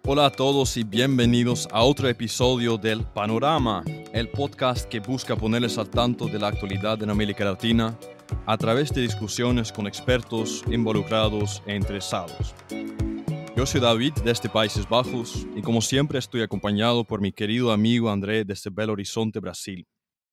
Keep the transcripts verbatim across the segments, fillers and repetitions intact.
Hola a todos y bienvenidos a otro episodio del Panorama, el podcast que busca ponerles al tanto de la actualidad en América Latina a través de discusiones con expertos, involucrados e interesados. Yo soy David desde Países Bajos y como siempre estoy acompañado por mi querido amigo André desde Belo Horizonte, Brasil.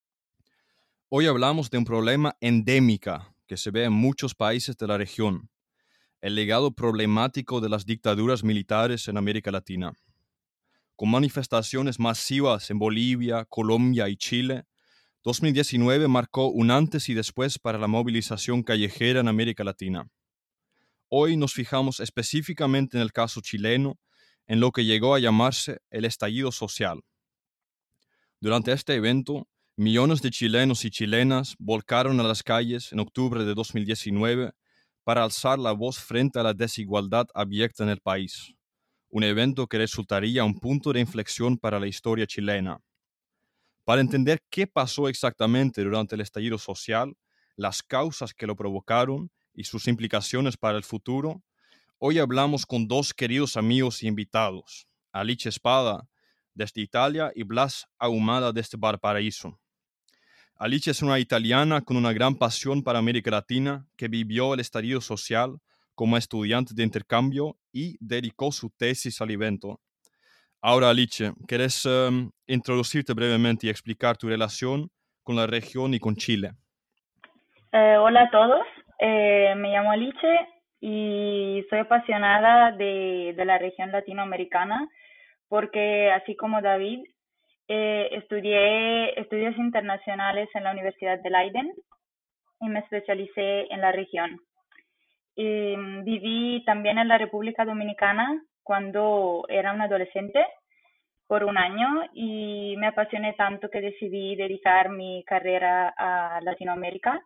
Hoy hablamos de un problema endémico que se ve en muchos países de la región: el legado problemático de las dictaduras militares en América Latina. Con manifestaciones masivas en Bolivia, Colombia y Chile, dos mil diecinueve marcó un antes y después para la movilización callejera en América Latina. Hoy nos fijamos específicamente en el caso chileno, en lo que llegó a llamarse el estallido social. Durante este evento, millones de chilenos y chilenas volcaron a las calles en octubre de dos mil diecinueve para alzar la voz frente a la desigualdad abyecta en el país, un evento que resultaría un punto de inflexión para la historia chilena. Para entender qué pasó exactamente durante el estallido social, las causas que lo provocaron y sus implicaciones para el futuro, hoy hablamos con dos queridos amigos y invitados, Alice Espada desde Italia y Blas Ahumada desde Valparaíso. Alice es una italiana con una gran pasión para América Latina que vivió el estallido social como estudiante de intercambio y dedicó su tesis al evento. Ahora, Alice, ¿quieres um, introducirte brevemente y explicar tu relación con la región y con Chile? Eh, hola a todos, eh, me llamo Alice y soy apasionada de, de la región latinoamericana porque, así como David, eh, estudié estudios internacionales en la Universidad de Leiden y me especialicé en la región. Y, mm, viví también en la República Dominicana cuando era un adolescente por un año y me apasioné tanto que decidí dedicar mi carrera a Latinoamérica.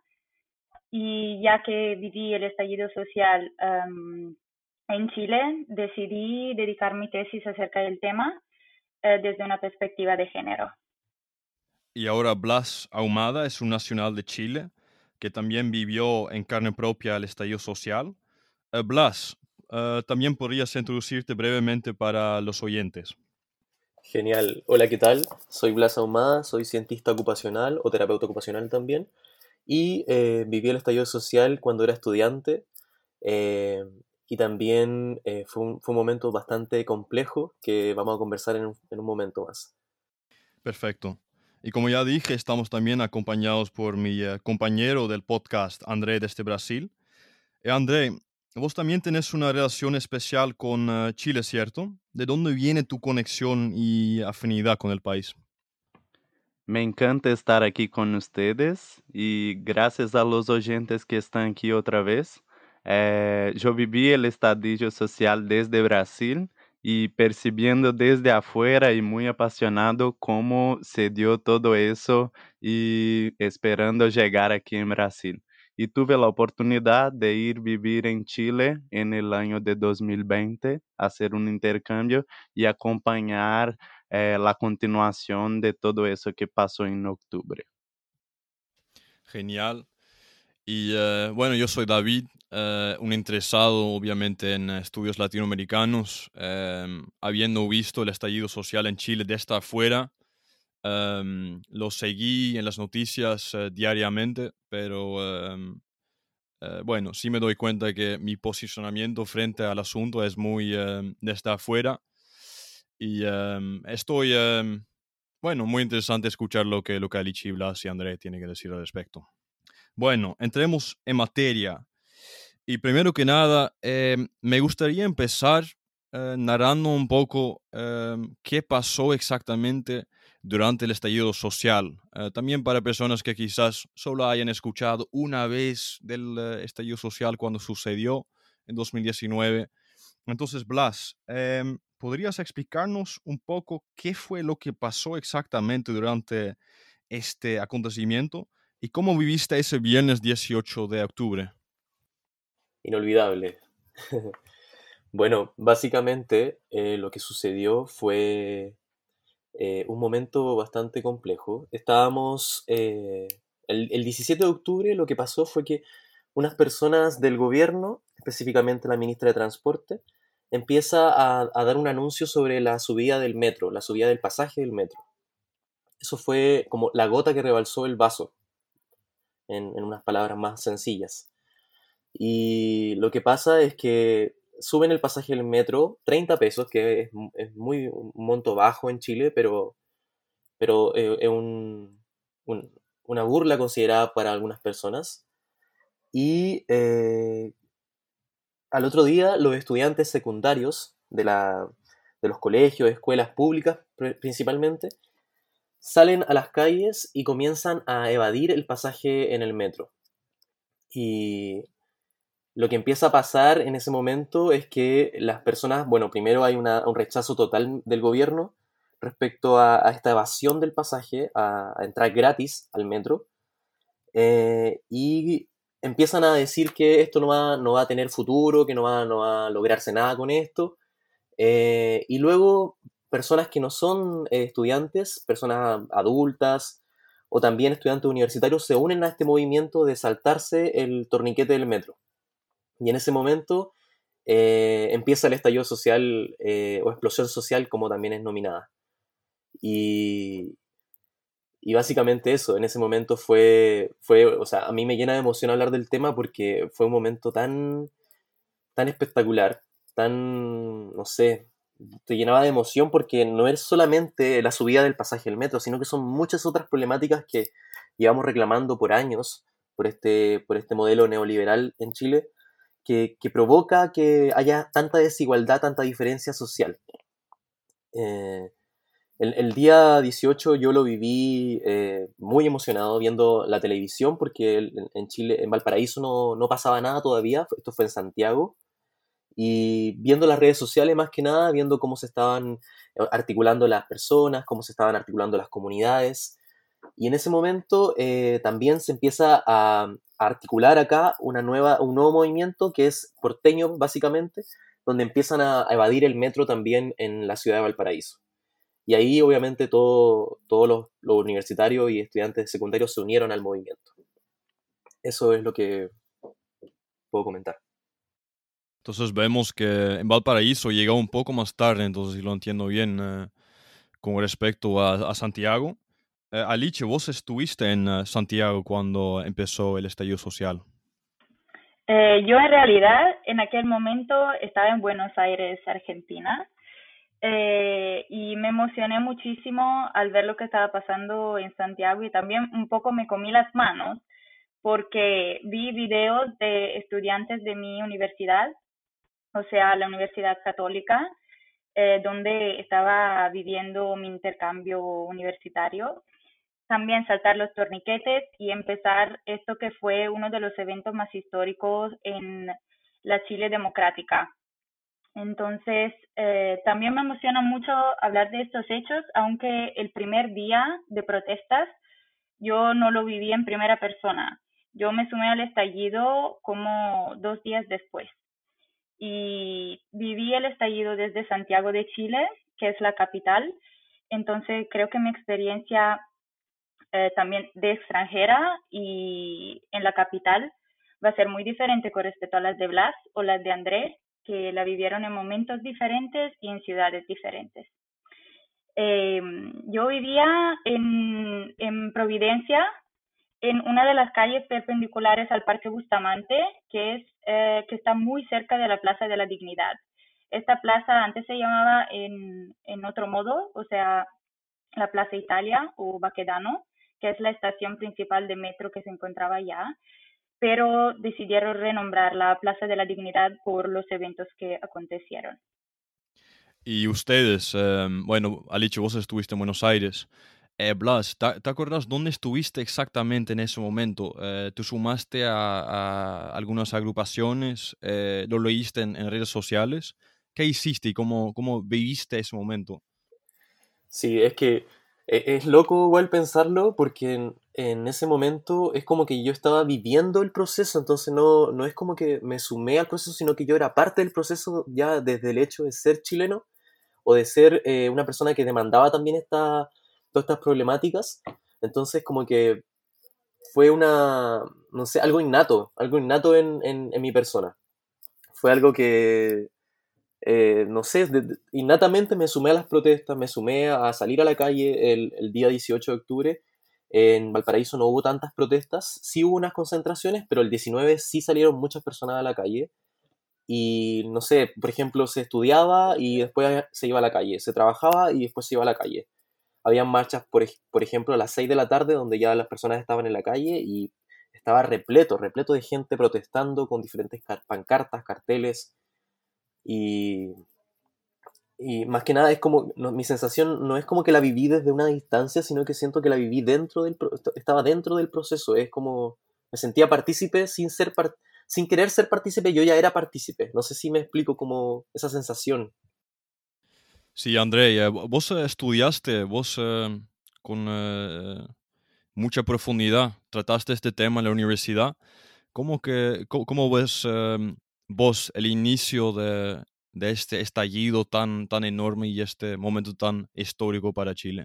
Y ya que viví el estallido social um, en Chile, decidí dedicar mi tesis acerca del tema eh, desde una perspectiva de género. Y ahora Blas Ahumada es un nacional de Chile que también vivió en carne propia el estallido social. Uh, Blas, uh, también podrías introducirte brevemente para los oyentes. Genial. Hola, ¿qué tal? Soy Blas Ahumada, soy cientista ocupacional o terapeuta ocupacional también. Y eh, viví el estallido social cuando era estudiante. eh, y también eh, fue un, fue un momento bastante complejo que vamos a conversar en un, en un momento más. Perfecto. Y como ya dije, estamos también acompañados por mi eh, compañero del podcast, André desde Brasil. Eh, André, vos también tenés una relación especial con eh, Chile, ¿cierto? ¿De dónde viene tu conexión y afinidad con el país? Me encanta estar aquí con ustedes y gracias a los oyentes que están aquí otra vez. Eh, yo viví el estadio social desde Brasil y percibiendo desde afuera y muy apasionado cómo se dio todo eso y esperando llegar aquí en Brasil. Y tuve la oportunidad de ir vivir en Chile en el año de dos mil veinte, hacer un intercambio y acompañar eh, la continuación de todo eso que pasó en octubre. Genial. Y eh, bueno, yo soy David, eh, un interesado obviamente en estudios latinoamericanos, eh, habiendo visto el estallido social en Chile desde afuera. Um, lo seguí en las noticias uh, diariamente, pero um, uh, bueno, sí me doy cuenta que mi posicionamiento frente al asunto es muy um, desde afuera. Y um, estoy, um, bueno, muy interesante escuchar lo que, lo que Alicia, Blas y André tienen que decir al respecto. Bueno, entremos en materia. Y primero que nada, eh, me gustaría empezar eh, narrando un poco eh, qué pasó exactamente durante el estallido social. Eh, también para personas que quizás solo hayan escuchado una vez del eh, estallido social cuando sucedió en dos mil diecinueve. Entonces, Blas, eh, ¿podrías explicarnos un poco qué fue lo que pasó exactamente durante este acontecimiento y cómo viviste ese viernes dieciocho de octubre? Inolvidable. Bueno, básicamente eh, lo que sucedió fue eh, un momento bastante complejo. Estábamos, eh, el, el diecisiete de octubre lo que pasó fue que unas personas del gobierno, específicamente la ministra de Transporte, empieza a, a dar un anuncio sobre la subida del metro, la subida del pasaje del metro. Eso fue como la gota que rebalsó el vaso, en, en unas palabras más sencillas. Y lo que pasa es que suben el pasaje del metro, treinta pesos, que es, es muy un monto bajo en Chile, pero, pero eh, es un, un- una burla considerada para algunas personas. Y eh, al otro día los estudiantes secundarios de, la, de los colegios, escuelas públicas pr- principalmente, salen a las calles y comienzan a evadir el pasaje en el metro. Y lo que empieza a pasar en ese momento es que las personas, bueno, primero hay una- un rechazo total del gobierno respecto a, a esta evasión del pasaje, a, a entrar gratis al metro, eh, y empiezan a decir que esto no va, no va a tener futuro, que no va, no va a lograrse nada con esto, eh, y luego personas que no son eh, estudiantes, personas adultas o también estudiantes universitarios se unen a este movimiento de saltarse el torniquete del metro. Y en ese momento eh, empieza el estallido social eh, o explosión social, como también es nominada. Y, y básicamente eso, en ese momento fue, fue, o sea, a mí me llena de emoción hablar del tema porque fue un momento tan, tan espectacular, tan, no sé, te llenaba de emoción porque no es solamente la subida del pasaje del metro, sino que son muchas otras problemáticas que llevamos reclamando por años por este, por este modelo neoliberal en Chile, que, que provoca que haya tanta desigualdad, tanta diferencia social. Eh, el, el día dieciocho yo lo viví eh, muy emocionado viendo la televisión porque en, en Chile, en Valparaíso no, no pasaba nada todavía, esto fue en Santiago, y viendo las redes sociales más que nada, viendo cómo se estaban eh, articulando las personas, cómo se estaban articulando las comunidades. Y en ese momento eh, también se empieza a, a articular acá una nueva, un nuevo movimiento que es porteño básicamente, donde empiezan a, a evadir el metro también en la ciudad de Valparaíso. Y ahí obviamente todo, todos los, los universitarios y estudiantes secundarios se unieron al movimiento. Eso es lo que puedo comentar. Entonces vemos que en Valparaíso llegó un poco más tarde, entonces si lo entiendo bien, eh, con respecto a, a Santiago. Eh, Alice, vos estuviste en eh, Santiago cuando empezó el estallido social. Eh, yo en realidad en aquel momento estaba en Buenos Aires, Argentina, eh, y me emocioné muchísimo al ver lo que estaba pasando en Santiago y también un poco me comí las manos porque vi videos de estudiantes de mi universidad, o sea, la Universidad Católica, eh, donde estaba viviendo mi intercambio universitario. También saltar los torniquetes y empezar esto que fue uno de los eventos más históricos en la Chile democrática. Entonces, eh, también me emociona mucho hablar de estos hechos, aunque el primer día de protestas yo no lo viví en primera persona. Yo me sumé al estallido como dos días después y viví el estallido desde Santiago de Chile, que es la capital. Entonces, creo que mi experiencia eh, también de extranjera y en la capital va a ser muy diferente con respecto a las de Blas o las de Andrés, que la vivieron en momentos diferentes y en ciudades diferentes. Eh, yo vivía en, en Providencia, en una de las calles perpendiculares al Parque Bustamante, que, es, eh, que está muy cerca de la Plaza de la Dignidad. Esta plaza antes se llamaba en, en otro modo, o sea, la Plaza Italia o Baquedano, que es la estación principal de metro que se encontraba allá, pero decidieron renombrar la Plaza de la Dignidad por los eventos que acontecieron. Y ustedes, eh, bueno, Alice, vos estuviste en Buenos Aires. Eh, Blas, ¿te, te acuerdas dónde estuviste exactamente en ese momento? Eh, ¿Te sumaste a, a algunas agrupaciones? Eh, ¿lo leíste en, en redes sociales? ¿Qué hiciste y cómo, cómo viviste ese momento? Sí, es que e- es loco igual pensarlo porque en, en ese momento es como que yo estaba viviendo el proceso, entonces no, no es como que me sumé al proceso, sino que yo era parte del proceso ya desde el hecho de ser chileno o de ser eh, una persona que demandaba también esta, todas estas problemáticas. Entonces como que fue una, no sé, algo innato, algo innato en, en, en mi persona. Fue algo que, eh, no sé, de- de- innatamente me sumé a las protestas, me sumé a salir a la calle el, el día dieciocho de octubre. En Valparaíso no hubo tantas protestas, sí hubo unas concentraciones, pero el diecinueve sí salieron muchas personas a la calle. Y no sé, por ejemplo, se estudiaba y después se iba a la calle, se trabajaba y después se iba a la calle. Habían marchas, por, ej- por ejemplo, a las seis de la tarde, donde ya las personas estaban en la calle y estaba repleto, repleto de gente protestando con diferentes car- pancartas, carteles. Y, y más que nada es como, no, mi sensación no es como que la viví desde una distancia, sino que siento que la viví dentro del, pro- estaba dentro del proceso. Es como, me sentía partícipe sin ser par- sin querer ser partícipe, yo ya era partícipe. No sé si me explico como esa sensación. Sí, André, eh, vo- vos eh, estudiaste, vos eh, con eh, mucha profundidad trataste este tema en la universidad. ¿Cómo, que, cómo, cómo ves em, vos el inicio de, de este estallido tan, tan enorme y este momento tan histórico para Chile?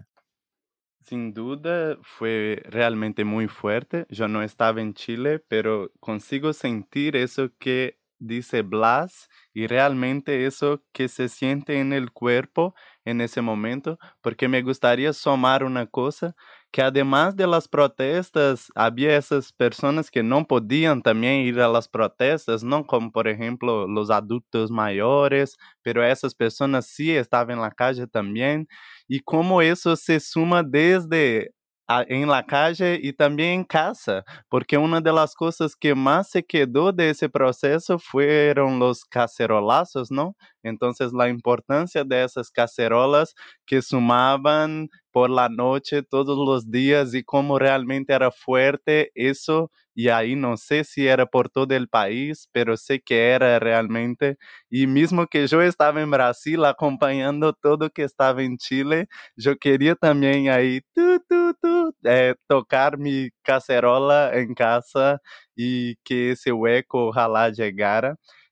Sin duda fue realmente muy fuerte. Yo no estaba en Chile, pero consigo sentir eso que dice Blas y realmente eso que se siente en el cuerpo en ese momento, porque me gustaría sumar una cosa, que además de las protestas, había esas personas que no podían también ir a las protestas, ¿no? Como por ejemplo los adultos mayores, pero esas personas sí estaban en la calle también y cómo eso se suma desde a- en la calle y también en casa, porque una de las cosas que más se quedó de ese proceso fueron los cacerolazos, ¿no? Entonces la importancia de esas cacerolas que sumaban por la noche todos los días y cómo realmente era fuerte eso, y ahí no sé si era por todo el país, pero sé que era realmente. Y mismo que yo estaba en Brasil acompañando todo que estaba en Chile, yo quería también ahí tu, tu, tu, eh, tocar mi cacerola en casa y que ese hueco ojalá llegara.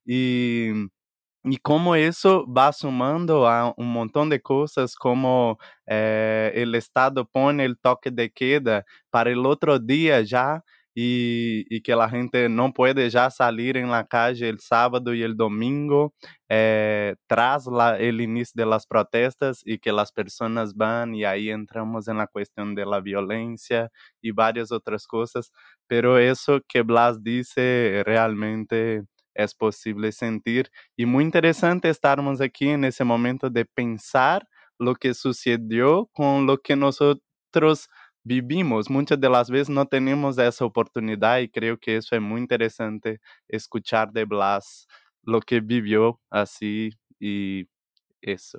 Y y cómo eso va sumando a un montón de cosas, como eh, el Estado pone el toque de queda para el otro día ya y, y que la gente no puede ya salir en la calle el sábado y el domingo eh, tras la, el inicio de las protestas y que las personas van y ahí entramos en la cuestión de la violencia y varias otras cosas. Pero eso que Blas dice realmente es posible sentir. Y muy interesante estarmos aquí en ese momento de pensar lo que sucedió con lo que nosotros vivimos. Muchas de las veces no tenemos esa oportunidad y creo que eso es muy interesante escuchar de Blas lo que vivió así y eso.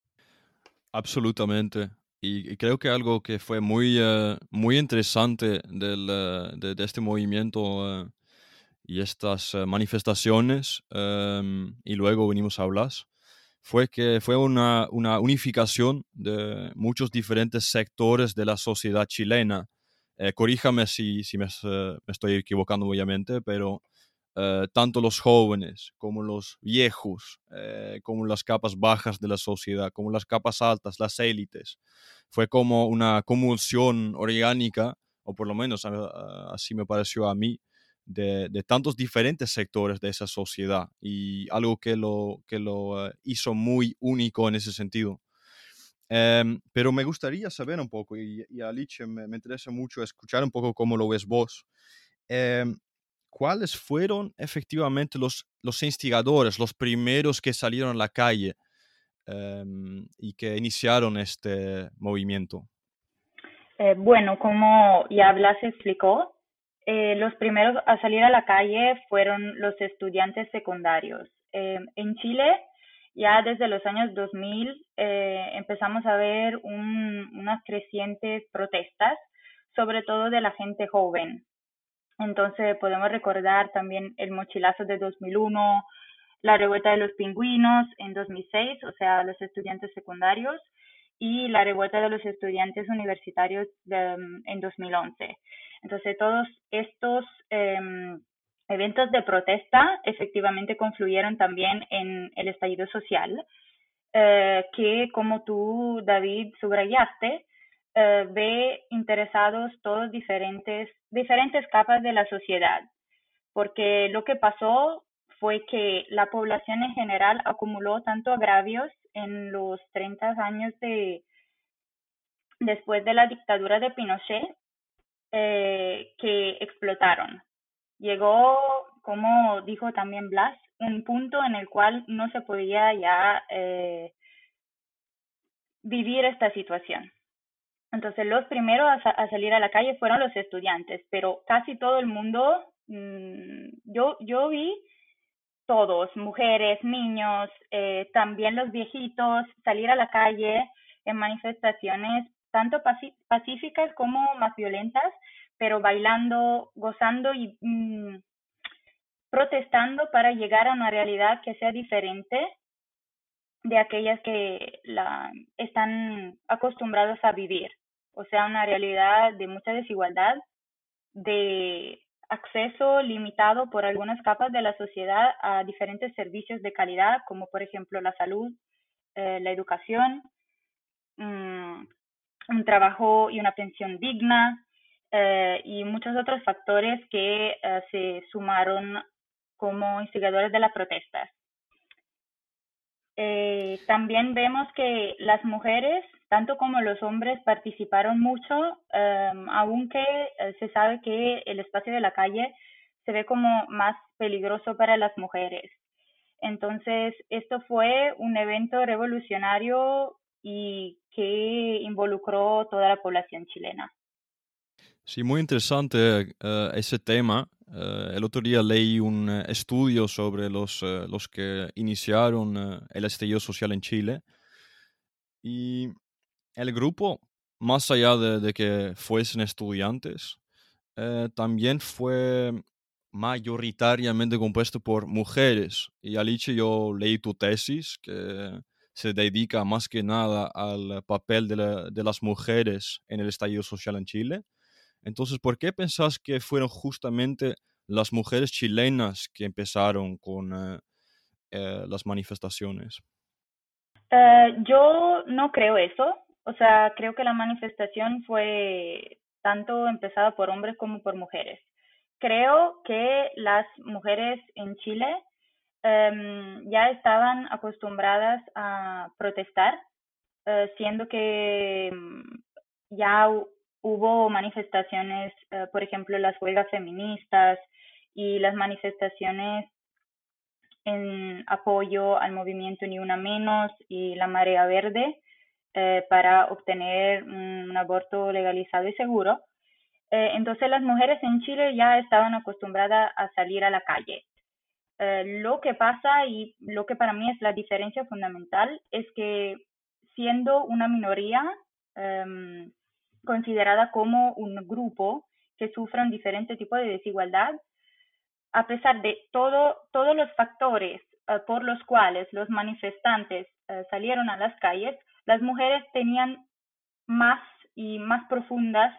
Absolutamente. Y, y creo que algo que fue muy, eh, muy interesante del, eh, de, de este movimiento eh, y estas eh, manifestaciones, em, y luego venimos a hablar, fue que fue una, una unificación de muchos diferentes sectores de la sociedad chilena. Eh, corríjame si, si me, eh, me estoy equivocando, obviamente, pero eh, tanto los jóvenes como los viejos, eh, como las capas bajas de la sociedad, como las capas altas, las élites. Fue como una convulsión orgánica, o por lo menos a- a- así me pareció a mí, de, de tantos diferentes sectores de esa sociedad y algo que lo, que lo eh, hizo muy único en ese sentido. Em, pero me gustaría saber un poco, y, y Alicia, me, me interesa mucho escuchar un poco cómo lo ves vos. Em, ¿Cuáles fueron efectivamente los, los instigadores, los primeros que salieron a la calle em, y que iniciaron este movimiento? Eh, bueno, como ya Blas explicó, eh, los primeros a salir a la calle fueron los estudiantes secundarios. Eh, en Chile, ya desde los años dos mil, eh, empezamos a ver un- unas crecientes protestas, sobre todo de la gente joven. Entonces podemos recordar también el mochilazo de dos mil uno, la revuelta de los pingüinos en dos mil seis, o sea, los estudiantes secundarios, y la revuelta de los estudiantes universitarios de, um, en dos mil once. Entonces, todos estos eh, eventos de protesta efectivamente confluyeron también en el estallido social, eh, que, como tú, David, subrayaste, eh, ve interesados todos diferentes, diferentes capas de la sociedad, porque lo que pasó fue que la población en general acumuló tanto agravios en los treinta años de, después de la dictadura de Pinochet, eh, que explotaron. Llegó, como dijo también Blas, un punto en el cual no se podía ya eh, vivir esta situación. Entonces los primeros a, sa- a salir a la calle fueron los estudiantes, pero casi todo el mundo, mmm, yo, yo vi todos, mujeres, niños, eh, también los viejitos, salir a la calle en manifestaciones tanto paci- pacíficas como más violentas, pero bailando, gozando y mm, protestando para llegar a una realidad que sea diferente de aquellas que la, están acostumbrados a vivir. O sea, una realidad de mucha desigualdad, de acceso limitado por algunas capas de la sociedad a diferentes servicios de calidad, como por ejemplo la salud, eh, la educación, mmm, un trabajo y una pensión digna, eh, y muchos otros factores que eh, se sumaron como instigadores de las protestas. Eh, también vemos que las mujeres, tanto como los hombres, participaron mucho, eh, aunque eh, se sabe que el espacio de la calle se ve como más peligroso para las mujeres. Entonces, esto fue un evento revolucionario y que involucró toda la población chilena. Sí, muy interesante eh, ese tema. Eh, el otro día leí un eh, estudio sobre los, eh, los que iniciaron eh, el estallido social en Chile y el grupo, más allá de, de que fuesen estudiantes, eh, también fue mayoritariamente compuesto por mujeres. Y Alicia, yo leí tu tesis que se dedica más que nada al papel de, la- de las mujeres en el estallido social en Chile. Entonces, ¿por qué pensás que fueron justamente las mujeres chilenas que empezaron con eh, eh, las manifestaciones? Eh, yo no creo eso. O sea, creo que la manifestación fue tanto empezada por hombres como por mujeres. Creo que las mujeres en Chile em, ya estaban acostumbradas a protestar, eh, siendo que em, ya hu- hubo manifestaciones, eh, por ejemplo, las huelgas feministas y las manifestaciones en apoyo al movimiento Ni Una Menos y la Marea Verde, eh, para obtener un aborto legalizado y seguro. Eh, entonces las mujeres en Chile ya estaban acostumbradas a salir a la calle. Eh, lo que pasa y lo que para mí es la diferencia fundamental es que siendo una minoría um, considerada como un grupo que sufre un diferente tipo de desigualdad, a pesar de todo, todos los factores uh, por los cuales los manifestantes uh, salieron a las calles, las mujeres tenían más y más profundas,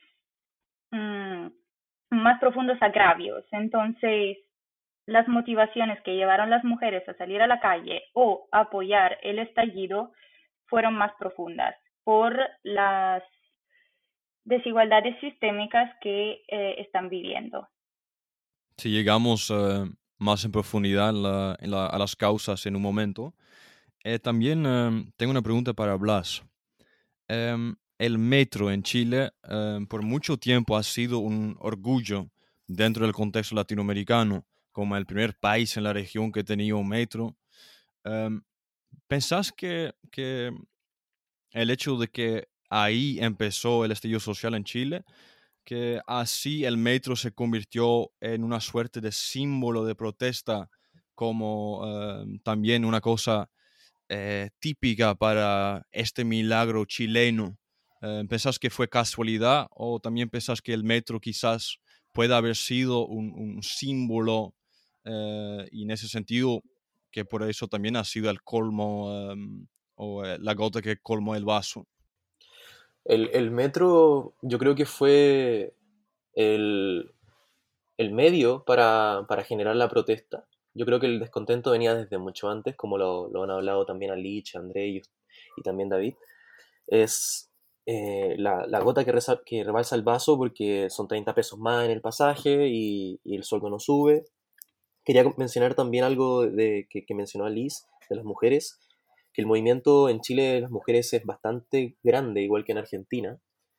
um, más profundos agravios. Entonces, las motivaciones que llevaron las mujeres a salir a la calle o a apoyar el estallido fueron más profundas por las desigualdades sistémicas que eh, están viviendo. Si llegamos eh, más en profundidad en la- en la- a las causas en un momento, eh, también eh, tengo una pregunta para Blas. Em, el metro en Chile em, por mucho tiempo ha sido un orgullo dentro del contexto latinoamericano, como el primer país en la región que tenía un metro. Em, ¿Pensás que, que el hecho de que ahí empezó el estallido social en Chile, que así el metro se convirtió en una suerte de símbolo de protesta, como em, también una cosa eh, típica para este milagro chileno? Eh, ¿Pensás que fue casualidad o también pensás que el metro quizás pueda haber sido un, un símbolo eh, y en ese sentido que por eso también ha sido el colmo em, o eh, la gota que colmó el vaso? El, el metro yo creo que fue el, el medio para, para generar la protesta. Yo creo que el descontento venía desde mucho antes, como lo, lo han hablado también Alich, André y, y también David. Es eh, la, la gota que, reza, que rebalsa el vaso porque son treinta pesos más en el pasaje y, y el sueldo no sube. Quería mencionar también algo de, que, que mencionó Alice, de las mujeres, que el movimiento en Chile de las mujeres es bastante grande, igual que en Argentina.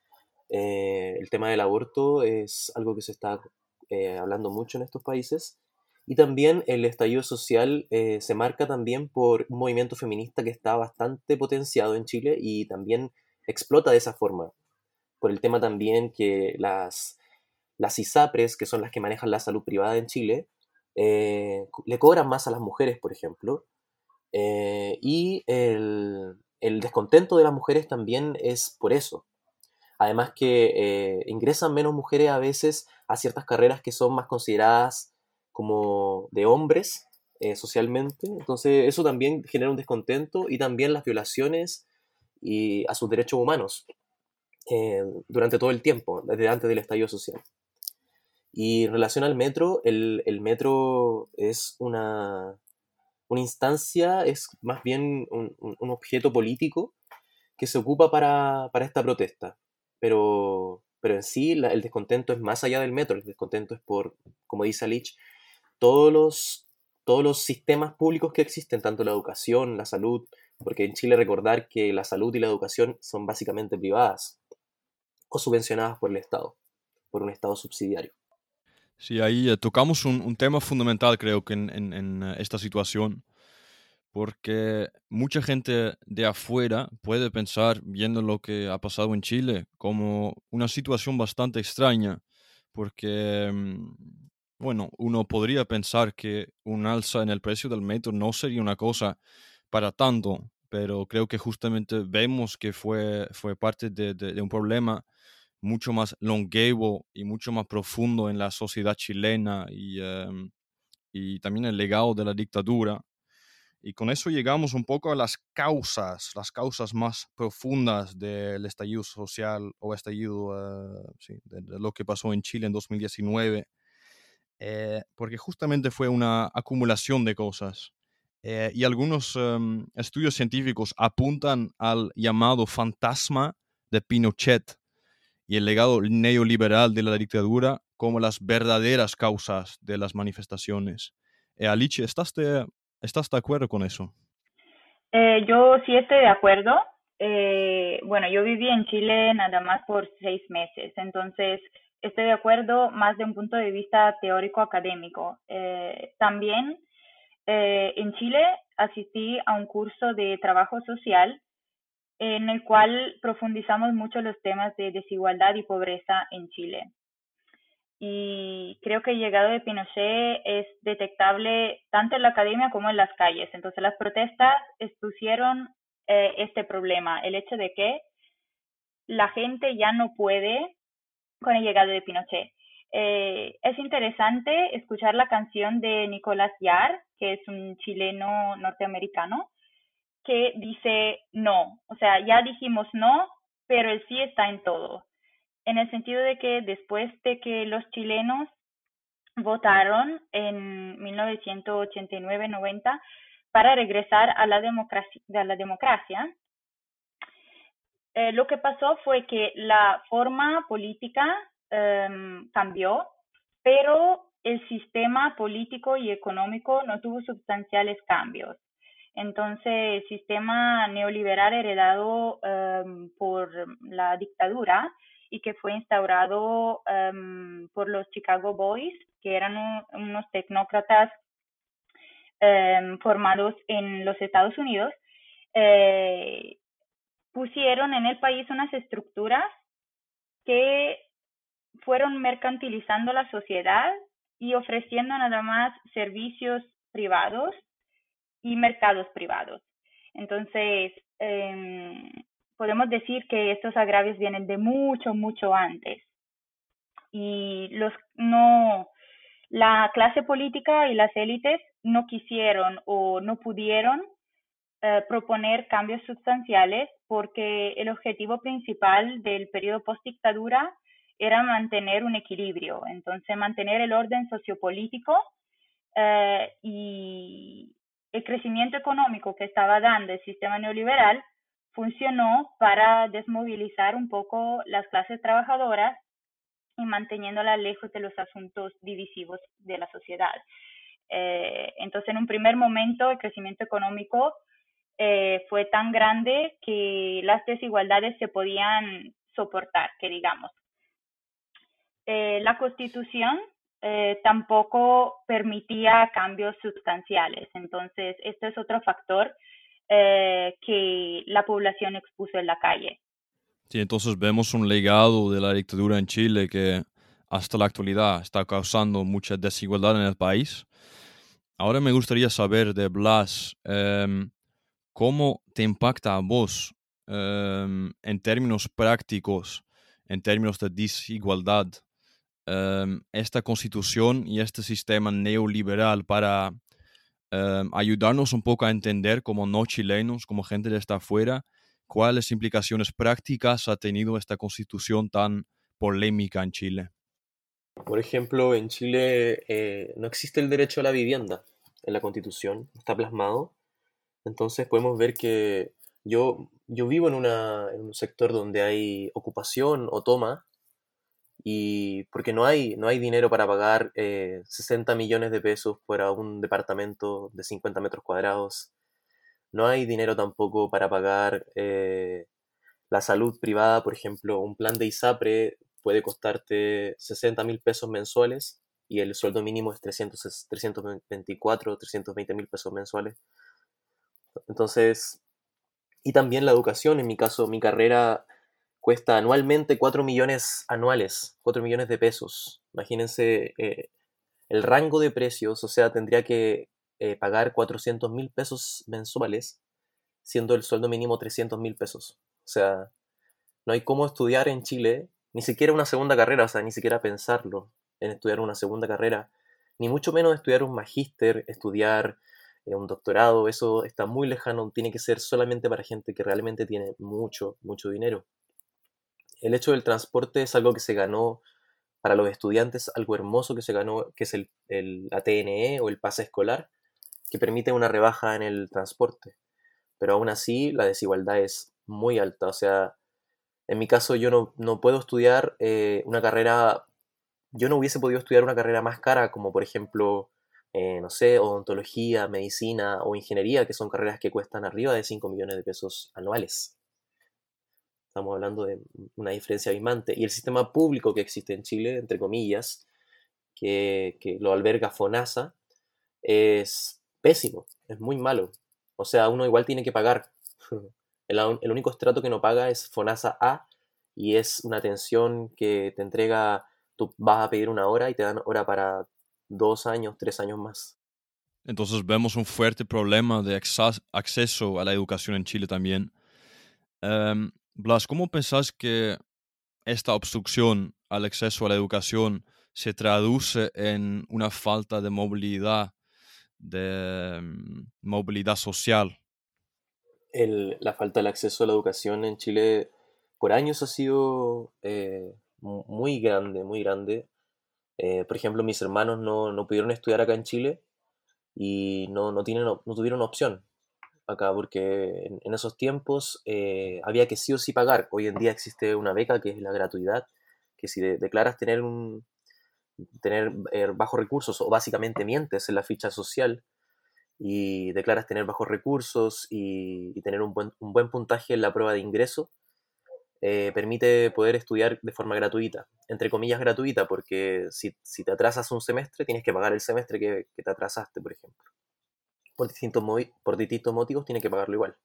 Eh, el tema del aborto es algo que se está eh, hablando mucho en estos países. Y también el estallido social eh, se marca también por un movimiento feminista que está bastante potenciado en Chile y también explota de esa forma. Por el tema también que las, las ISAPRES, que son las que manejan la salud privada en Chile, eh, le cobran más a las mujeres, por ejemplo. Eh, y el, el descontento de las mujeres también es por eso. Además que eh, ingresan menos mujeres a veces a ciertas carreras que son más consideradas como de hombres eh, socialmente. Entonces eso también genera un descontento y también las violaciones y a sus derechos humanos eh, durante todo el tiempo, desde antes del estallido social. Y en relación al metro, el, el metro es una, una instancia, es más bien un, un, un objeto político que se ocupa para, para esta protesta. Pero, pero en sí la, el descontento es más allá del metro, el descontento es por, como dice Alich, todos los, todos los sistemas públicos que existen, tanto la educación, la salud, porque en Chile recordar que la salud y la educación son básicamente privadas o subvencionadas por el Estado, por un Estado subsidiario. Sí, ahí eh, tocamos un, un tema fundamental, creo que en, en- en, eh, esta situación, porque mucha gente de afuera puede pensar, viendo lo que ha pasado en Chile, como una situación bastante extraña, porque, mm, bueno, uno podría pensar que un alza en el precio del metro no sería una cosa para tanto, pero creo que justamente vemos que fue, fue parte de, de- de un problema mucho más longevo y mucho más profundo en la sociedad chilena y, em, y también el legado de la dictadura. Y con eso llegamos un poco a las causas, las causas más profundas del estallido social o estallido, eh, sí, de, de lo que pasó en Chile en dos mil diecinueve, eh, porque justamente fue una acumulación de cosas. Eh, y algunos em, estudios científicos apuntan al llamado fantasma de Pinochet y el legado neoliberal de la dictadura como las verdaderas causas de las manifestaciones. Eh, Alicia, ¿estás de, ¿estás de acuerdo con eso? Eh, yo sí estoy de acuerdo. Eh, bueno, yo viví en Chile nada más por seis meses, entonces estoy de acuerdo más de un punto de vista teórico académico. Eh, también eh, en Chile asistí a un curso de trabajo social en el cual profundizamos mucho los temas de desigualdad y pobreza en Chile. Y creo que el llegado de Pinochet es detectable tanto en la academia como en las calles. Entonces las protestas expusieron eh, este problema, el hecho de que la gente ya no puede con el llegado de Pinochet. Eh, es interesante escuchar la canción de Nicolás Yar, que es un chileno norteamericano, que dice no, o sea, ya dijimos no, pero el sí está en todo, en el sentido de que después de que los chilenos votaron en mil novecientos ochenta y nueve noventa para regresar a la democracia, a la democracia eh, lo que pasó fue que la forma política eh, cambió, pero el sistema político y económico no tuvo sustanciales cambios. Entonces, el sistema neoliberal heredado um, por la dictadura y que fue instaurado um, por los Chicago Boys, que eran un, unos tecnócratas um, formados en los Estados Unidos, eh, pusieron en el país unas estructuras que fueron mercantilizando la sociedad y ofreciendo nada más servicios privados y mercados privados. Entonces, eh, podemos decir que estos agravios vienen de mucho, mucho antes. Y los no, la clase política y las élites no quisieron o no pudieron eh, proponer cambios sustanciales porque el objetivo principal del periodo postdictadura era mantener un equilibrio, entonces mantener el orden sociopolítico eh, y el crecimiento económico que estaba dando el sistema neoliberal funcionó para desmovilizar un poco las clases trabajadoras y manteniéndolas lejos de los asuntos divisivos de la sociedad. Eh, entonces, en un primer momento, el crecimiento económico eh, fue tan grande que las desigualdades se podían soportar, que digamos. Eh, la Constitución eh, tampoco permitía cambios sustanciales. Entonces, este es otro factor eh, que la población expuso en la calle. Sí, entonces vemos un legado de la dictadura en Chile que hasta la actualidad está causando mucha desigualdad en el país. Ahora me gustaría saber de Blas, em, ¿cómo te impacta a vos em, en términos prácticos, en términos de desigualdad, em, esta constitución y este sistema neoliberal para em, ayudarnos un poco a entender como no chilenos, como gente de esta afuera, cuáles implicaciones prácticas ha tenido esta constitución tan polémica en Chile? Por ejemplo, en Chile eh, no existe el derecho a la vivienda en la Constitución, no está plasmado. Entonces podemos ver que yo, yo vivo en, una, en un sector donde hay ocupación o toma, y porque no hay, no hay dinero para pagar eh, sesenta millones de pesos para un departamento de cincuenta metros cuadrados. No hay dinero tampoco para pagar eh, la salud privada. Por ejemplo, un plan de ISAPRE puede costarte sesenta mil pesos mensuales y el sueldo mínimo es trescientos, trescientos veinticuatro, trescientos veinte mil pesos mensuales. Entonces, y también la educación, en mi caso, mi carrera cuesta anualmente cuatro millones anuales, cuatro millones de pesos. Imagínense eh, el rango de precios, o sea, tendría que eh, pagar cuatrocientos mil pesos mensuales, siendo el sueldo mínimo trescientos mil pesos. O sea, no hay cómo estudiar en Chile, ni siquiera una segunda carrera, o sea, ni siquiera pensarlo en estudiar una segunda carrera, ni mucho menos estudiar un magíster, estudiar eh, un doctorado. Eso está muy lejano, tiene que ser solamente para gente que realmente tiene mucho, mucho dinero. El hecho del transporte es algo que se ganó para los estudiantes, algo hermoso que se ganó, que es el, el A T N E o el pase escolar, que permite una rebaja en el transporte. Pero aún así la desigualdad es muy alta. O sea, en mi caso yo no, no puedo estudiar eh, una carrera, yo no hubiese podido estudiar una carrera más cara como por ejemplo, eh, no sé, odontología, medicina o ingeniería, que son carreras que cuestan arriba de cinco millones de pesos anuales. Estamos hablando de una diferencia abismante. Y el sistema público que existe en Chile, entre comillas, que, que lo alberga FONASA, es pésimo, es muy malo. O sea, uno igual tiene que pagar. El, el único estrato que no paga es FONASA A, y es una atención que te entrega, tú vas a pedir una hora y te dan hora para dos años, tres años más. Entonces vemos un fuerte problema de exa- acceso a la educación en Chile también. Em, Blas, ¿cómo pensás que esta obstrucción al acceso a la educación se traduce en una falta de movilidad, de mm, movilidad social? El, la falta del acceso a la educación en Chile por años ha sido eh, mu- muy grande, muy grande. Eh, por ejemplo, mis hermanos no, no pudieron estudiar acá en Chile y no, no, tienen, op- no tuvieron opción acá porque en, en esos tiempos eh, había que sí o sí pagar. Hoy en día existe una beca que es la gratuidad, que si de- declaras tener, un, tener eh, bajos recursos o básicamente mientes en la ficha social y declaras tener bajos recursos y, y tener un buen, un buen puntaje en la prueba de ingreso, eh, permite poder estudiar de forma gratuita, entre comillas gratuita, porque si, si te atrasas un semestre, tienes que pagar el semestre que, que te atrasaste, por ejemplo. Por distintos, movi- por distintos motivos tienes que pagarlo igual.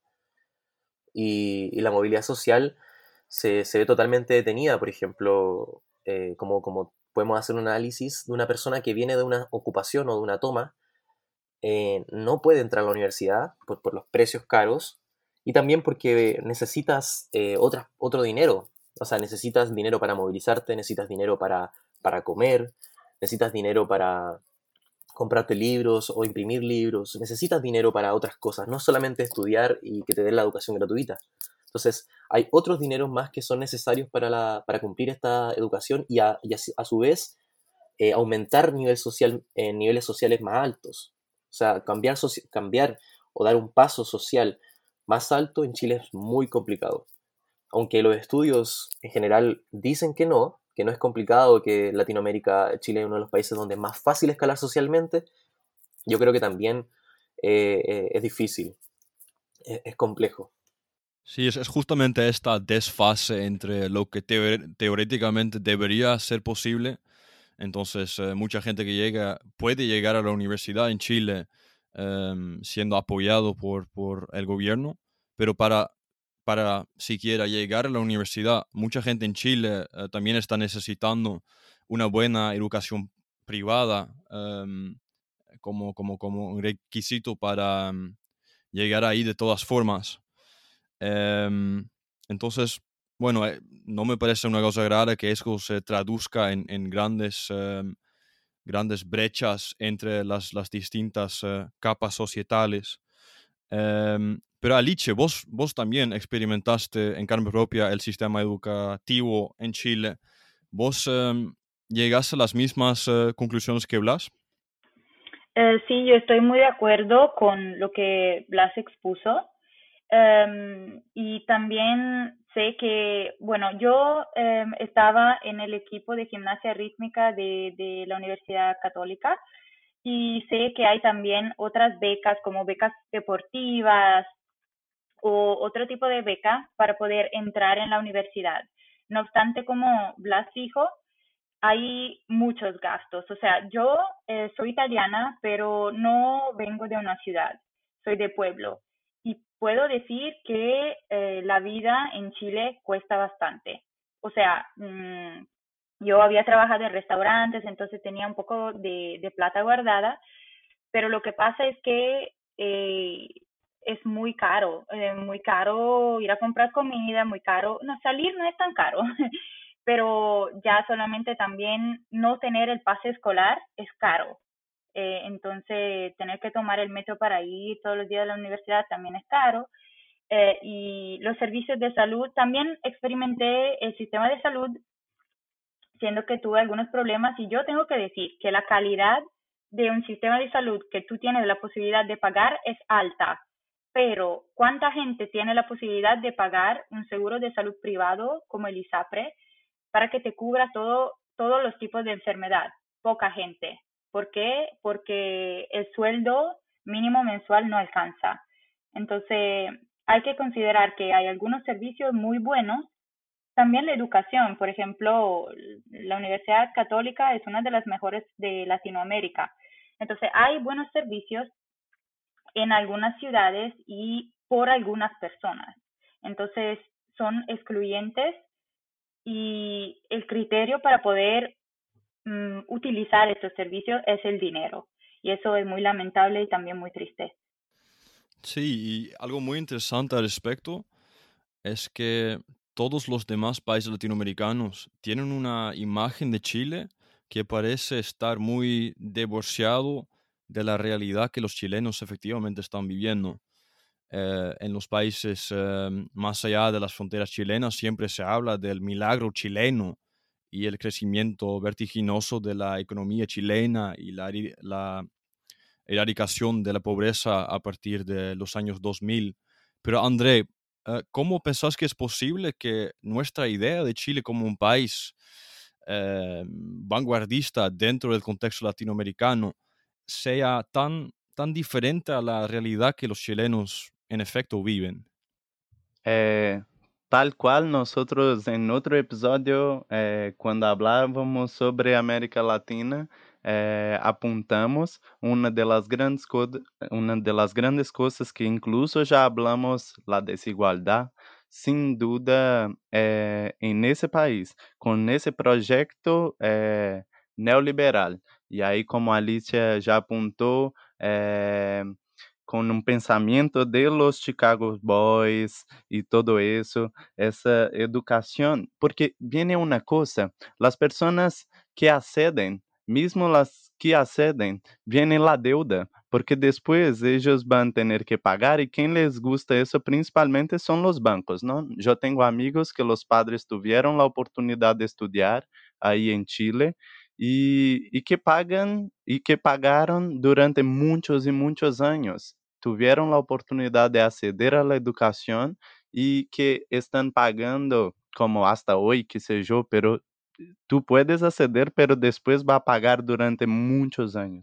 Y, y la movilidad social se, se ve totalmente detenida, por ejemplo, eh, como, como podemos hacer un análisis de una persona que viene de una ocupación o de una toma, eh, no puede entrar a la universidad por, por los precios caros y también porque necesitas eh, otra, otro dinero. O sea, necesitas dinero para movilizarte, necesitas dinero para, para comer, necesitas dinero para comprarte libros o imprimir libros, necesitas dinero para otras cosas, no solamente estudiar y que te den la educación gratuita. Entonces, hay otros dineros más que son necesarios para, la, para cumplir esta educación y a, y a, a su vez eh, aumentar nivel social, eh, niveles sociales más altos. O sea, cambiar, cambiar o dar un paso social más alto en Chile es muy complicado. Aunque los estudios en general dicen que no, que no es complicado, que Latinoamérica, Chile es uno de los países donde es más fácil escalar socialmente, yo creo que también eh, eh, es difícil, es, es complejo. Sí, es, es justamente esta desfase entre lo que teore- teóricamente debería ser posible. Entonces, eh, mucha gente que llega puede llegar a la universidad en Chile em, siendo apoyado por, por el gobierno, pero para, para siquiera llegar a la universidad, mucha gente en Chile eh, también está necesitando una buena educación privada em, como, como, como un requisito para em, llegar ahí de todas formas. Em, entonces, bueno, eh, no me parece una cosa rara que eso se traduzca en, en grandes, em, grandes brechas entre las, las distintas eh, capas societales. Em, pero Alice, vos, vos también experimentaste en carne propia el sistema educativo en Chile. ¿Vos em, llegaste a las mismas eh, conclusiones que Blas? Eh, sí, yo estoy muy de acuerdo con lo que Blas expuso. Em, y también sé que, bueno, yo em, estaba en el equipo de gimnasia rítmica de, de la Universidad Católica y sé que hay también otras becas como becas deportivas o otro tipo de beca para poder entrar en la universidad. No obstante, como Blas dijo, hay muchos gastos. O sea, yo eh, soy italiana, pero no vengo de una ciudad, soy de pueblo. Y puedo decir que eh, la vida en Chile cuesta bastante. O sea, mmm, yo había trabajado en restaurantes, entonces tenía un poco de, de plata guardada, pero lo que pasa es que eh, es muy caro, eh, muy caro ir a comprar comida, muy caro, no, salir no es tan caro, pero ya solamente también no tener el pase escolar es caro. Eh, entonces, tener que tomar el metro para ir todos los días a la universidad también es caro. Eh, y los servicios de salud, también experimenté el sistema de salud, siendo que tuve algunos problemas y yo tengo que decir que la calidad de un sistema de salud que tú tienes la posibilidad de pagar es alta, pero ¿cuánta gente tiene la posibilidad de pagar un seguro de salud privado como el ISAPRE para que te cubra todo, todos los tipos de enfermedad? Poca gente. ¿Por qué? Porque el sueldo mínimo mensual no alcanza. Entonces, hay que considerar que hay algunos servicios muy buenos. También la educación, por ejemplo, la Universidad Católica es una de las mejores de Latinoamérica. Entonces, hay buenos servicios en algunas ciudades y por algunas personas. Entonces, son excluyentes y el criterio para poder um, utilizar estos servicios es el dinero. Y eso es muy lamentable y también muy triste. Sí, y algo muy interesante al respecto es que todos los demás países latinoamericanos tienen una imagen de Chile que parece estar muy divorciado de la realidad que los chilenos efectivamente están viviendo. Eh, en los países eh, más allá de las fronteras chilenas siempre se habla del milagro chileno y el crecimiento vertiginoso de la economía chilena y la, eri- la erradicación de la pobreza a partir de los años dos mil. Pero André, eh, ¿cómo pensás que es posible que nuestra idea de Chile como un país eh, vanguardista dentro del contexto latinoamericano sea tan, tan diferente a la realidad que los chilenos en efecto viven? Eh, Tal cual nosotros en otro episodio, eh, cuando hablábamos sobre América Latina, eh, apuntamos una de las grandes co- una de las grandes cosas que incluso ya hablamos, la desigualdad, sin duda, eh, en ese país, con ese proyecto eh, neoliberal. Y ahí, como Alicia ya apuntó, eh, con un pensamiento de los Chicago Boys y todo eso, esa educación, porque viene una cosa, las personas que acceden, mismo las que acceden, viene la deuda, porque después ellos van a tener que pagar y quien les gusta eso principalmente son los bancos, ¿no? Yo tengo amigos que los padres tuvieron la oportunidad de estudiar ahí en Chile y, y que pagan y que pagaron durante muchos y muchos años. Tuvieron la oportunidad de acceder a la educación y que están pagando como hasta hoy, qué sé yo, pero tú puedes acceder, pero después va a pagar durante muchos años.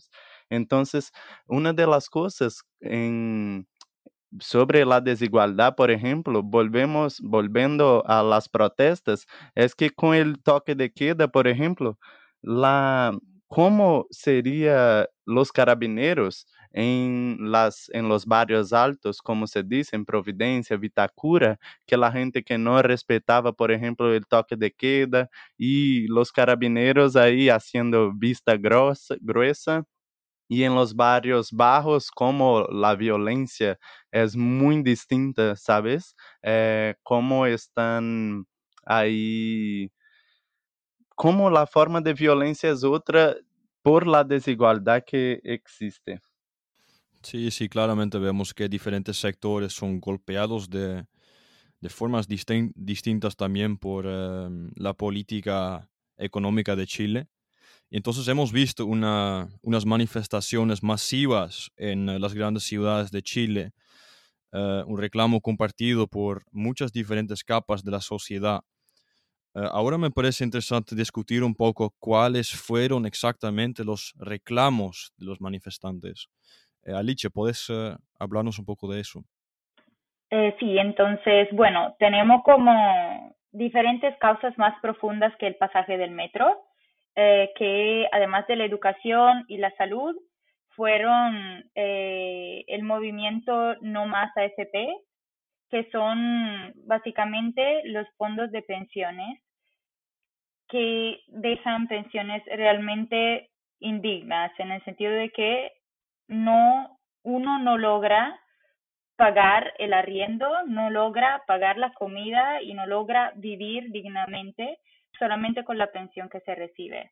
Entonces, una de las cosas en sobre la desigualdad, por ejemplo, volvemos, volviendo a las protestas, es que con el toque de queda, por ejemplo, la, ¿cómo sería los carabineros en, las, en los barrios altos, como se dice, en Providencia, Vitacura, que la gente que no respetaba, por ejemplo, el toque de queda y los carabineros ahí haciendo vista grosa, gruesa? Y en los barrios bajos, como la violencia es muy distinta, ¿sabes? Eh, cómo están ahí, cómo la forma de violencia es otra por la desigualdad que existe. Sí, sí, claramente vemos que diferentes sectores son golpeados de, de formas distin- distintas también por eh, la política económica de Chile. Y entonces hemos visto una, unas manifestaciones masivas en eh, las grandes ciudades de Chile, eh, un reclamo compartido por muchas diferentes capas de la sociedad. Eh, ahora me parece interesante discutir un poco cuáles fueron exactamente los reclamos de los manifestantes. Eh, Alicia, ¿puedes eh, hablarnos un poco de eso? Eh, sí, entonces, bueno, tenemos como diferentes causas más profundas que el pasaje del metro, eh, que además de la educación y la salud, fueron eh, el movimiento No Más A F P, que son básicamente los fondos de pensiones que dejan pensiones realmente indignas, en el sentido de que no, uno no logra pagar el arriendo, no logra pagar la comida y no logra vivir dignamente solamente con la pensión que se recibe.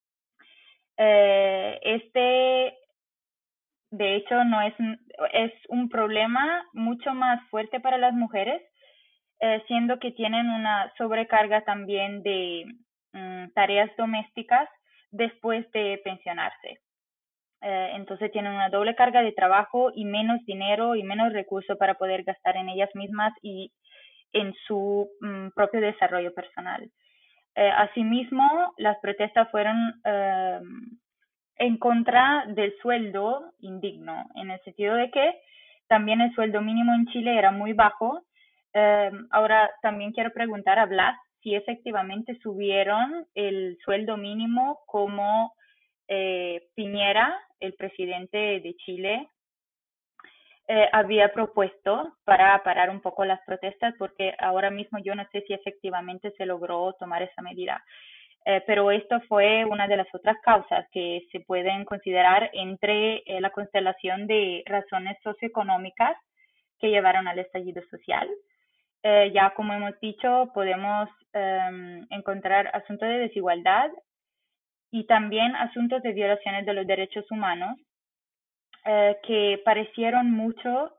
Eh, este, de hecho, no es, es un problema mucho más fuerte para las mujeres, eh, siendo que tienen una sobrecarga también de um, tareas domésticas después de pensionarse. Eh, entonces tienen una doble carga de trabajo y menos dinero y menos recursos para poder gastar en ellas mismas y en su um, propio desarrollo personal. Eh, asimismo, las protestas fueron eh, en contra del sueldo indigno, en el sentido de que también el sueldo mínimo en Chile era muy bajo. Eh, ahora también quiero preguntar a Blas si efectivamente subieron el sueldo mínimo como eh, Piñera, el presidente de Chile, eh, había propuesto para parar un poco las protestas, porque ahora mismo yo no sé si efectivamente se logró tomar esa medida. Eh, pero esto fue una de las otras causas que se pueden considerar entre eh, la constelación de razones socioeconómicas que llevaron al estallido social. Eh, ya como hemos dicho, podemos eh, encontrar asuntos de desigualdad y también asuntos de violaciones de los derechos humanos eh, que parecieron mucho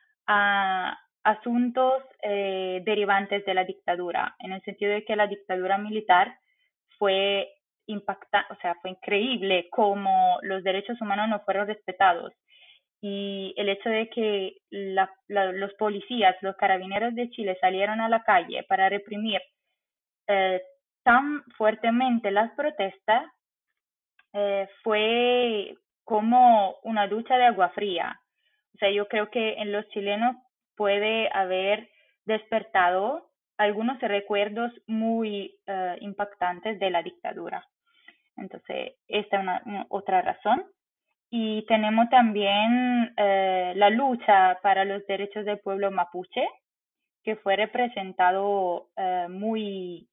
a asuntos eh, derivantes de la dictadura, en el sentido de que la dictadura militar fue impacta, o sea, fue increíble cómo los derechos humanos no fueron respetados. Y el hecho de que la, la, los policías, los carabineros de Chile salieron a la calle para reprimir eh, tan fuertemente las protestas, eh, fue como una ducha de agua fría. O sea, yo creo que en los chilenos puede haber despertado algunos recuerdos muy uh, impactantes de la dictadura. Entonces, esta es una, una, otra razón. Y tenemos también eh, la lucha para los derechos del pueblo mapuche, que fue representado eh, muy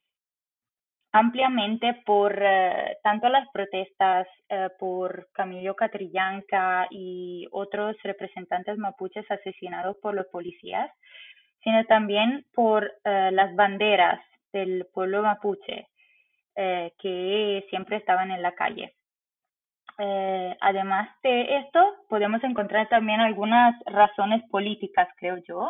ampliamente por eh, tanto las protestas eh, por Camilo Catrillanca y otros representantes mapuches asesinados por los policías, sino también por eh, las banderas del pueblo mapuche eh, que siempre estaban en la calle. Eh, además de esto, podemos encontrar también algunas razones políticas, creo yo.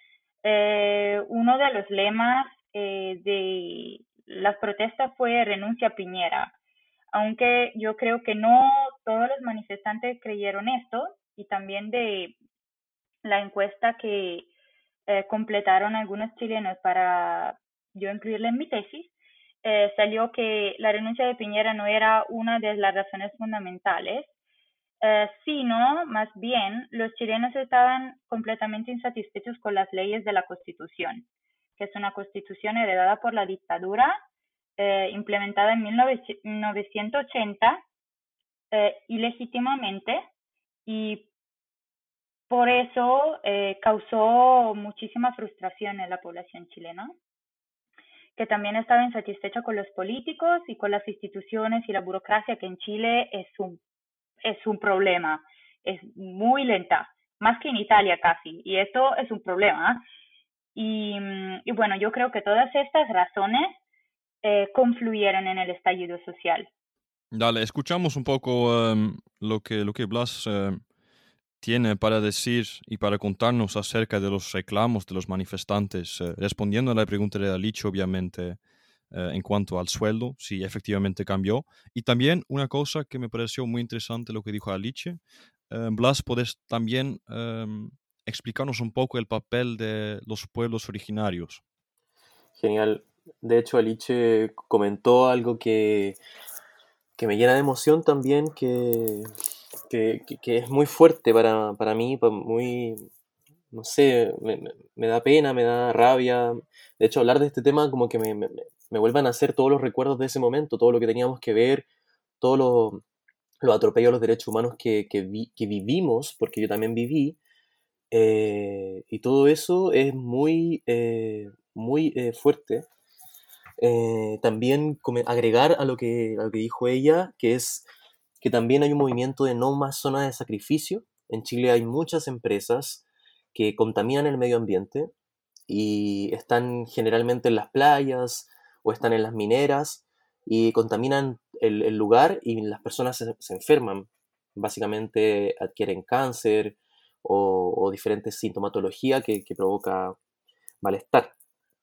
Eh, uno de los lemas eh, de las protestas fue renuncia a Piñera, aunque yo creo que no todos los manifestantes creyeron esto, y también de la encuesta que eh, completaron algunos chilenos para yo incluirla en mi tesis, eh, salió que la renuncia de Piñera no era una de las razones fundamentales, Eh, sí, no, más bien, los chilenos estaban completamente insatisfechos con las leyes de la Constitución, que es una constitución heredada por la dictadura, eh, implementada en mil novecientos ochenta eh, ilegítimamente, y por eso eh, causó muchísima frustración en la población chilena, que también estaba insatisfecha con los políticos y con las instituciones y la burocracia, que en Chile es un, es un problema, es muy lenta, más que en Italia casi, y esto es un problema. Y, y bueno, yo creo que todas estas razones eh, confluyeron en el estallido social. Dale, escuchamos un poco em, lo que, lo que Blas em, tiene para decir y para contarnos acerca de los reclamos de los manifestantes, eh, respondiendo a la pregunta de Alicia, obviamente, eh, en cuanto al sueldo, si efectivamente cambió. Y también una cosa que me pareció muy interesante lo que dijo Alicia. Eh, Blas, ¿puedes también em, explicarnos un poco el papel de los pueblos originarios? Genial. De hecho, Aliche comentó algo que, que me llena de emoción también, que, que, que- que es muy fuerte para, para mí, pa- muy, no sé, me, me- me da pena, me da rabia. De hecho, hablar de este tema como que me, me, me- me vuelvan a hacer todos los recuerdos de ese momento, todo lo que teníamos que ver, todos los, los atropellos a los derechos humanos que, que, vi- que vivimos, porque yo también viví, eh, y todo eso es muy, eh, muy eh, fuerte. Eh, también come- agregar a lo que, a lo que dijo ella, que es que también hay un movimiento de no más zonas de sacrificio. En Chile hay muchas empresas que contaminan el medio ambiente y están generalmente en las playas o están en las mineras y contaminan el, el lugar y las personas se, se enferman. Básicamente adquieren cáncer o, o diferentes sintomatología que, que provoca malestar.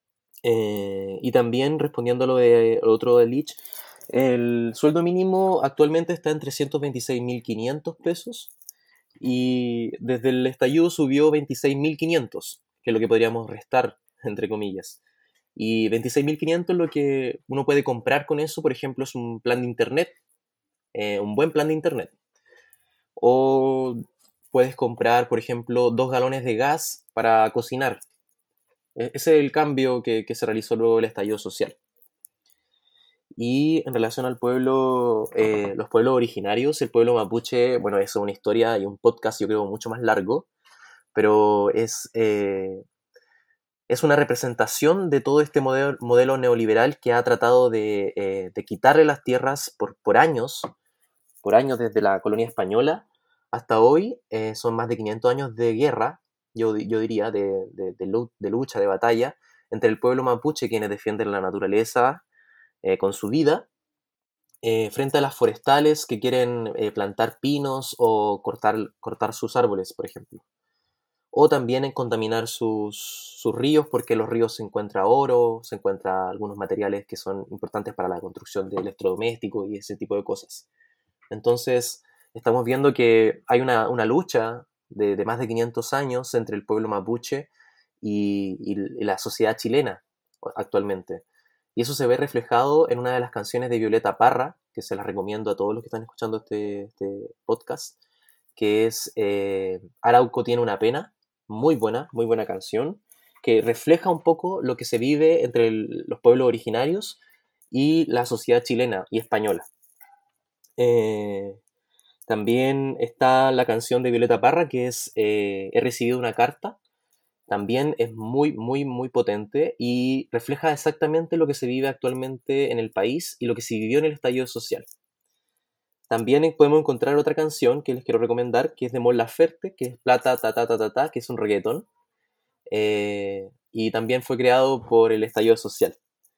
Eh, y también respondiendo a lo de lo otro de Lich, el sueldo mínimo actualmente está en trescientos veintiséis mil quinientos pesos y desde el estallido subió veintiséis mil quinientos, que es lo que podríamos restar, entre comillas. Y veintiséis mil quinientos lo que uno puede comprar con eso, por ejemplo, es un plan de internet, eh, un buen plan de internet. O puedes comprar, por ejemplo, dos galones de gas para cocinar. E- Ese es el cambio que, que se realizó luego del estallido social. Y en relación al pueblo, eh, los pueblos originarios, el pueblo mapuche, bueno, eso es una historia y un podcast yo creo mucho más largo, pero es, eh, es una representación de todo este modelo, modelo neoliberal que ha tratado de, eh, de quitarle las tierras por, por años, por años desde la colonia española hasta hoy. Eh, son más de quinientos años de guerra, yo, yo diría, de, de, de, de lucha, de batalla, entre el pueblo mapuche, quienes defienden la naturaleza eh, con su vida, eh, frente a las forestales que quieren eh, plantar pinos o cortar, cortar sus árboles, por ejemplo. O también en contaminar sus, sus ríos, porque en los ríos se encuentra oro, se encuentra algunos materiales que son importantes para la construcción de electrodomésticos y ese tipo de cosas. Entonces, estamos viendo que hay una, una lucha de, de, más de quinientos años entre el pueblo mapuche y, y, y la sociedad chilena actualmente. Y eso se ve reflejado en una de las canciones de Violeta Parra, que se las recomiendo a todos los que están escuchando este, este podcast, que es eh, Arauco tiene una pena, muy buena, muy buena canción, que refleja un poco lo que se vive entre el, los pueblos originarios y la sociedad chilena y española. Eh, también está la canción de Violeta Parra, que es eh, He recibido una carta. También es muy, muy, muy potente y refleja exactamente lo que se vive actualmente en el país y lo que se vivió en el estallido social. También podemos encontrar otra canción que les quiero recomendar, que es de Mon Laferte, que es Plata, ta, ta, ta, ta, ta, que es un reggaetón. Eh, y también fue creado por el estallido social.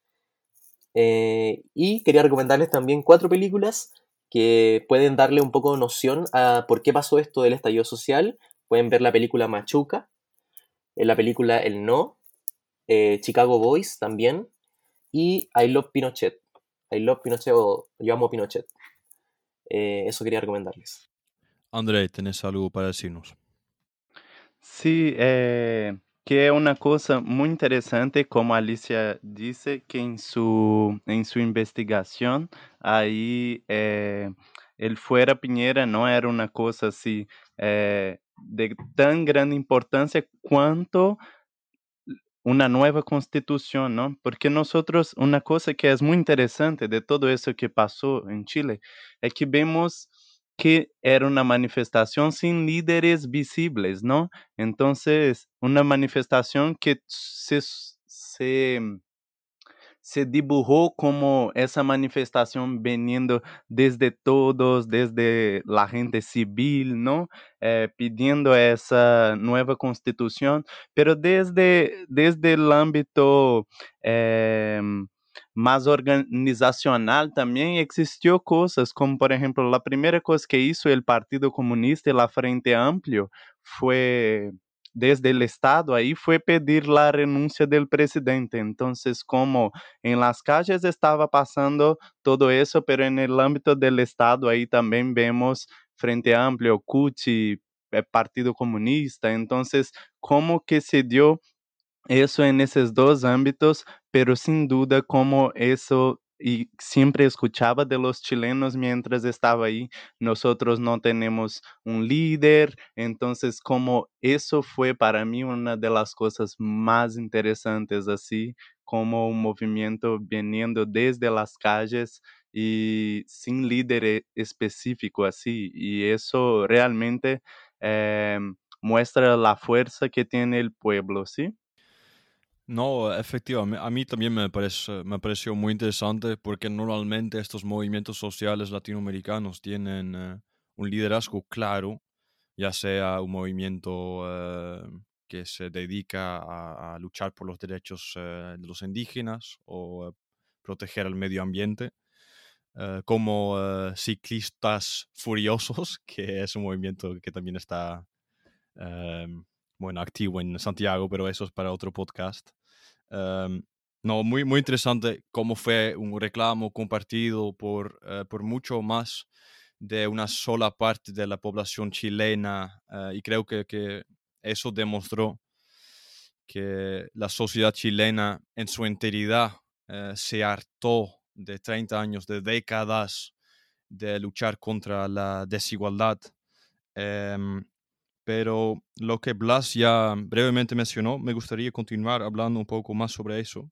Eh, y quería recomendarles también cuatro películas que pueden darle un poco de noción a por qué pasó esto del estallido social. Pueden ver la película Machuca, la película El No, eh, Chicago Boys también, y I Love Pinochet. I Love Pinochet o Yo amo Pinochet. Eh, eso quería recomendarles. André, ¿tenés algo para decirnos? Sí, eh, que é uma coisa muito interessante, como a Alicia disse, que em, su, em sua investigação, aí eh, el fuera Piñera no era una cosa así eh, de tan gran importancia cuanto una nueva constitución, ¿no? Porque nosotros, una cosa que es muy interesante de todo eso que pasó en Chile, es que vemos que era una manifestación sin líderes visibles, ¿no? Entonces, una manifestación que se, se se dibujó como esa manifestación viniendo desde todos, desde la gente civil, ¿no? Eh, pidiendo esa nueva constitución, pero desde, desde el ámbito eh, más organizacional también existió cosas, como por ejemplo, la primera cosa que hizo el Partido Comunista y la Frente Amplio fue desde el Estado, ahí fue pedir la renuncia del presidente. Entonces, como en las calles estaba pasando todo eso, pero en el ámbito del Estado ahí también vemos Frente Amplio, C U T I, eh, Partido Comunista. Entonces, ¿cómo que se dio eso en esos dos ámbitos? Pero sin duda como eso, y siempre escuchaba de los chilenos mientras estaba ahí, nosotros no tenemos un líder. Entonces como eso fue para mí una de las cosas más interesantes, así como un movimiento viniendo desde las calles y sin líder e- específico así, y eso realmente eh, muestra la fuerza que tiene el pueblo, ¿sí? No, efectivamente, a mí también me parece, me pareció muy interesante porque normalmente estos movimientos sociales latinoamericanos tienen eh, un liderazgo claro, ya sea un movimiento eh, que se dedica a, a luchar por los derechos eh, de los indígenas o eh, proteger el medio ambiente, eh, como eh, Ciclistas Furiosos, que es un movimiento que también está eh, bueno, activo en Santiago, pero eso es para otro podcast. Um, no, muy, muy interesante cómo fue un reclamo compartido por, uh, por mucho más de una sola parte de la población chilena, uh, y creo que, que eso demostró que la sociedad chilena en su enteridad uh, se hartó de treinta años, de décadas de luchar contra la desigualdad. Um, pero lo que Blas ya brevemente mencionó, me gustaría continuar hablando un poco más sobre eso.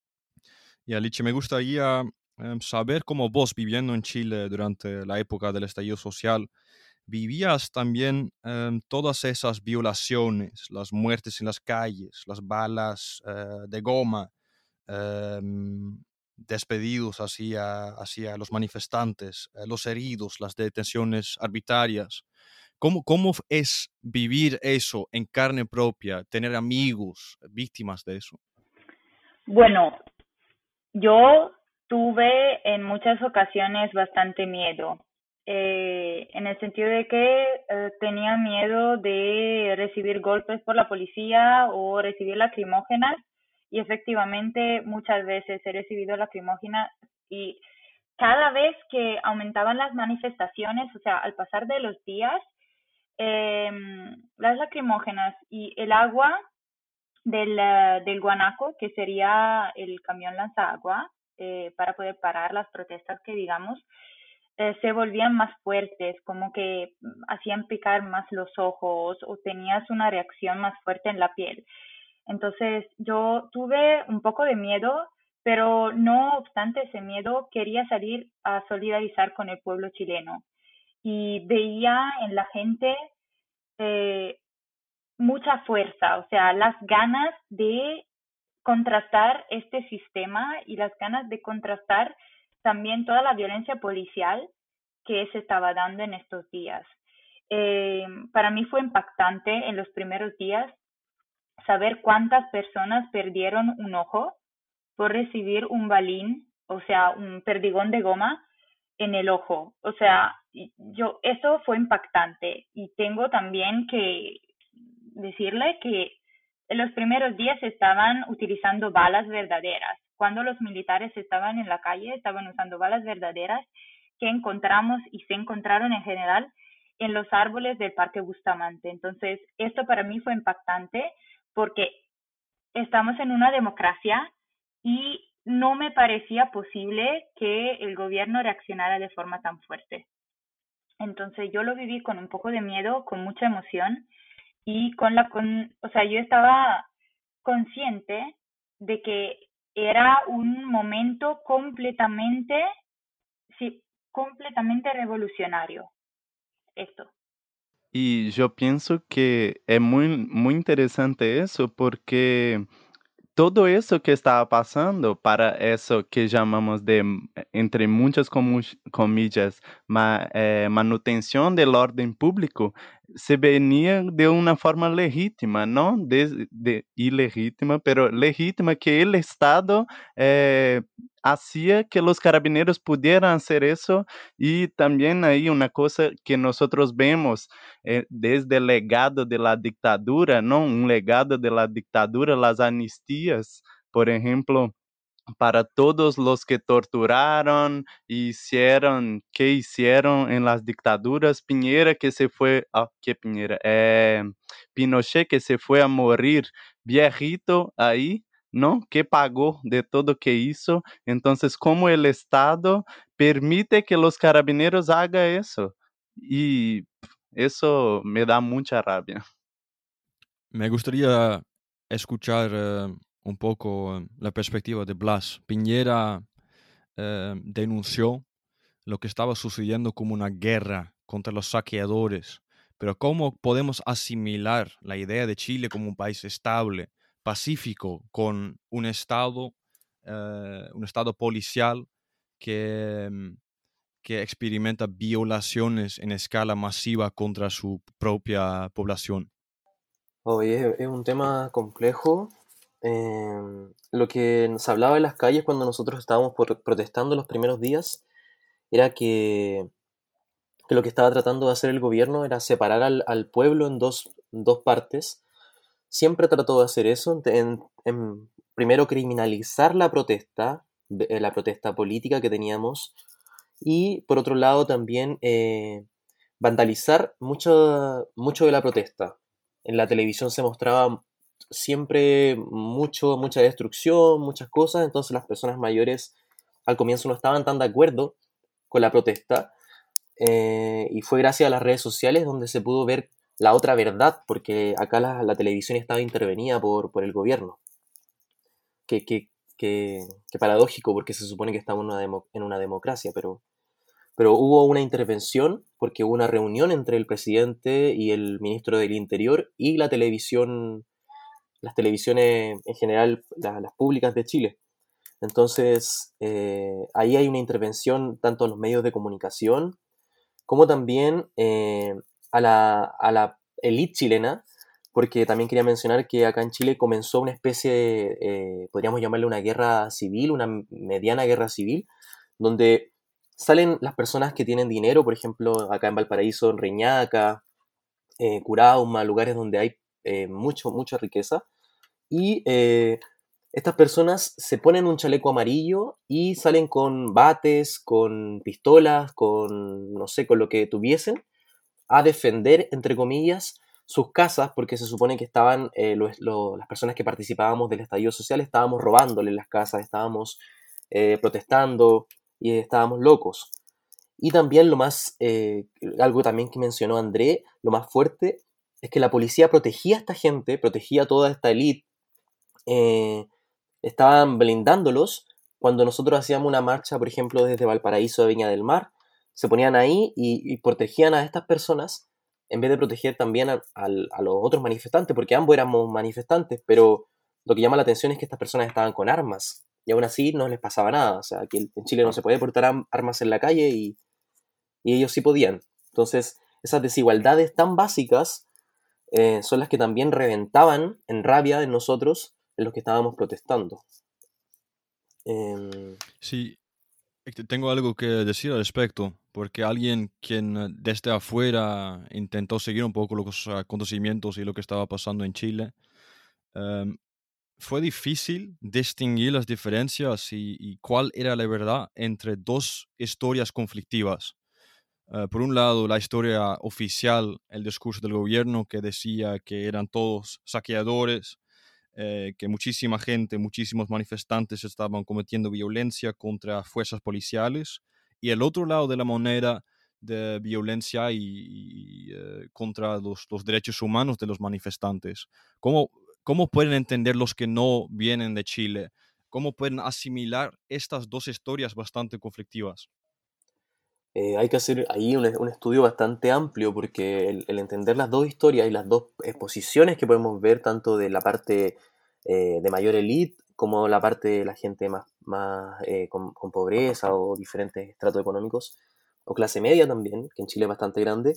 Y Alicia, me gustaría eh, saber cómo vos, viviendo en Chile durante la época del estallido social, vivías también eh, todas esas violaciones, las muertes en las calles, las balas eh, de goma, eh, despedidos hacia, hacia los manifestantes, eh, los heridos, las detenciones arbitrarias. ¿Cómo, ¿Cómo es vivir eso en carne propia, tener amigos víctimas de eso? Bueno, yo tuve en muchas ocasiones bastante miedo, eh, en el sentido de que eh, tenía miedo de recibir golpes por la policía o recibir lacrimógenas, y efectivamente muchas veces he recibido lacrimógenas, y cada vez que aumentaban las manifestaciones, o sea, al pasar de los días, eh, las lacrimógenas y el agua del, uh, del guanaco, que sería el camión lanzagua, eh, para poder parar las protestas que digamos, eh, se volvían más fuertes, como que hacían picar más los ojos o tenías una reacción más fuerte en la piel. Entonces yo tuve un poco de miedo, pero no obstante ese miedo quería salir a solidarizar con el pueblo chileno y veía en la gente eh, mucha fuerza, o sea, las ganas de contrastar este sistema y las ganas de contrastar también toda la violencia policial que se estaba dando en estos días. Eh, para mí fue impactante en los primeros días saber cuántas personas perdieron un ojo por recibir un balín, o sea, un perdigón de goma en el ojo. O sea, yo, eso fue impactante, y tengo también que decirle que en los primeros días estaban utilizando balas verdaderas. Cuando los militares estaban en la calle, estaban usando balas verdaderas que encontramos y se encontraron en general en los árboles del Parque Bustamante. Entonces, esto para mí fue impactante porque estamos en una democracia y no me parecía posible que el gobierno reaccionara de forma tan fuerte. Entonces yo lo viví con un poco de miedo, con mucha emoción y con la, con, o sea, yo estaba consciente de que era un momento completamente, sí, completamente revolucionario, esto. Y yo pienso que es muy, muy interesante eso porque todo eso que estaba pasando para eso que llamamos de, mm, entre muchas comu- comillas, ma- eh, manutención del orden público, se venía de una forma legítima, ¿no? De, de- ilegítima, pero legítima que el Estado eh, hacía que los carabineros pudieran hacer eso y también hay una cosa que nosotros vemos eh, desde el legado de la dictadura, ¿no? Un legado de la dictadura, las amnistías, por ejemplo, para todos los que torturaron, hicieron, que hicieron en las dictaduras, Piñera que se fue, ah, ¿qué Piñera? Eh, Pinochet que se fue a morir viejito ahí, ¿no? Que pagó de todo que hizo. Entonces, ¿cómo el Estado permite que los carabineros hagan eso? Y eso me da mucha rabia. Me gustaría escuchar eh, un poco eh, la perspectiva de Blas. Piñera eh, denunció lo que estaba sucediendo como una guerra contra los saqueadores. Pero ¿cómo podemos asimilar la idea de Chile como un país estable, pacífico, con un estado, eh, un estado policial que, mm, que experimenta violaciones en escala masiva contra su propia población? Oye, es, es un tema complejo. Em, lo que nos hablaba en las calles cuando nosotros estábamos por- protestando los primeros días era que, que lo que estaba tratando de hacer el gobierno era separar al, al pueblo en dos, dos partes. Siempre trató de hacer eso, en, en- primero criminalizar la protesta, de- eh, la protesta política que teníamos, y por otro lado también eh, vandalizar mucho, mucho de la protesta. En la televisión se mostraba siempre mucho, mucha destrucción, muchas cosas, entonces las personas mayores al comienzo no estaban tan de acuerdo con la protesta, eh, y fue gracias a las redes sociales donde se pudo ver la otra verdad, porque acá la, la televisión estaba intervenida por, por el gobierno. Qué, qué, qué, qué paradójico, porque se supone que estamos en una, demo- en una democracia, pero, pero hubo una intervención porque hubo una reunión entre el presidente y el ministro del Interior y la televisión, las televisiones en general, la- las públicas de Chile. Entonces, eh, ahí hay una intervención tanto en los medios de comunicación como también eh, a la, a la elite chilena, porque también quería mencionar que acá en Chile comenzó una especie de, eh, podríamos llamarle una guerra civil, una mediana guerra civil, donde salen las personas que tienen dinero, por ejemplo, acá en Valparaíso, en Reñaca, eh, Curauma, lugares donde hay eh, mucho, mucha riqueza, y eh, estas personas se ponen un chaleco amarillo y salen con bates, con pistolas, con, no sé, con lo que tuviesen, a defender, entre comillas, sus casas, porque se supone que estaban, eh, lo- lo- las personas que participábamos del estallido social, estábamos robándole las casas, estábamos eh, protestando y estábamos locos. Y también lo más, eh, algo también que mencionó André, lo más fuerte, es que la policía protegía a esta gente, protegía a toda esta élite, eh, estaban blindándolos cuando nosotros hacíamos una marcha, por ejemplo, desde Valparaíso a Viña del Mar, se ponían ahí y, y protegían a estas personas en vez de proteger también a, a- a los otros manifestantes, porque ambos éramos manifestantes, pero lo que llama la atención es que estas personas estaban con armas y aún así no les pasaba nada. O sea, aquí en Chile no se puede portar am- armas en la calle y, y ellos sí podían. Entonces, esas desigualdades tan básicas eh, son las que también reventaban en rabia en nosotros, en los que estábamos protestando. Em, Sí, eh, te- tengo algo que decir al respecto, porque alguien quien eh, desde afuera intentó seguir un poco los acontecimientos y lo que estaba pasando en Chile, em, fue difícil distinguir las diferencias y, y cuál era la verdad entre dos historias conflictivas. Eh, por un lado, la historia oficial, el discurso del gobierno que decía que eran todos saqueadores, eh, que muchísima gente, muchísimos manifestantes estaban cometiendo violencia contra fuerzas policiales. Y el otro lado de la moneda de violencia y, y, eh, contra los, los derechos humanos de los manifestantes. ¿Cómo, ¿Cómo pueden entender los que no vienen de Chile? ¿Cómo pueden asimilar estas dos historias bastante conflictivas? Eh, hay que hacer ahí un, un estudio bastante amplio porque el, el entender las dos historias y las dos exposiciones que podemos ver, tanto de la parte eh, de mayor elite como la parte de la gente más, más eh, con, con pobreza o diferentes estratos económicos, o clase media también, que en Chile es bastante grande,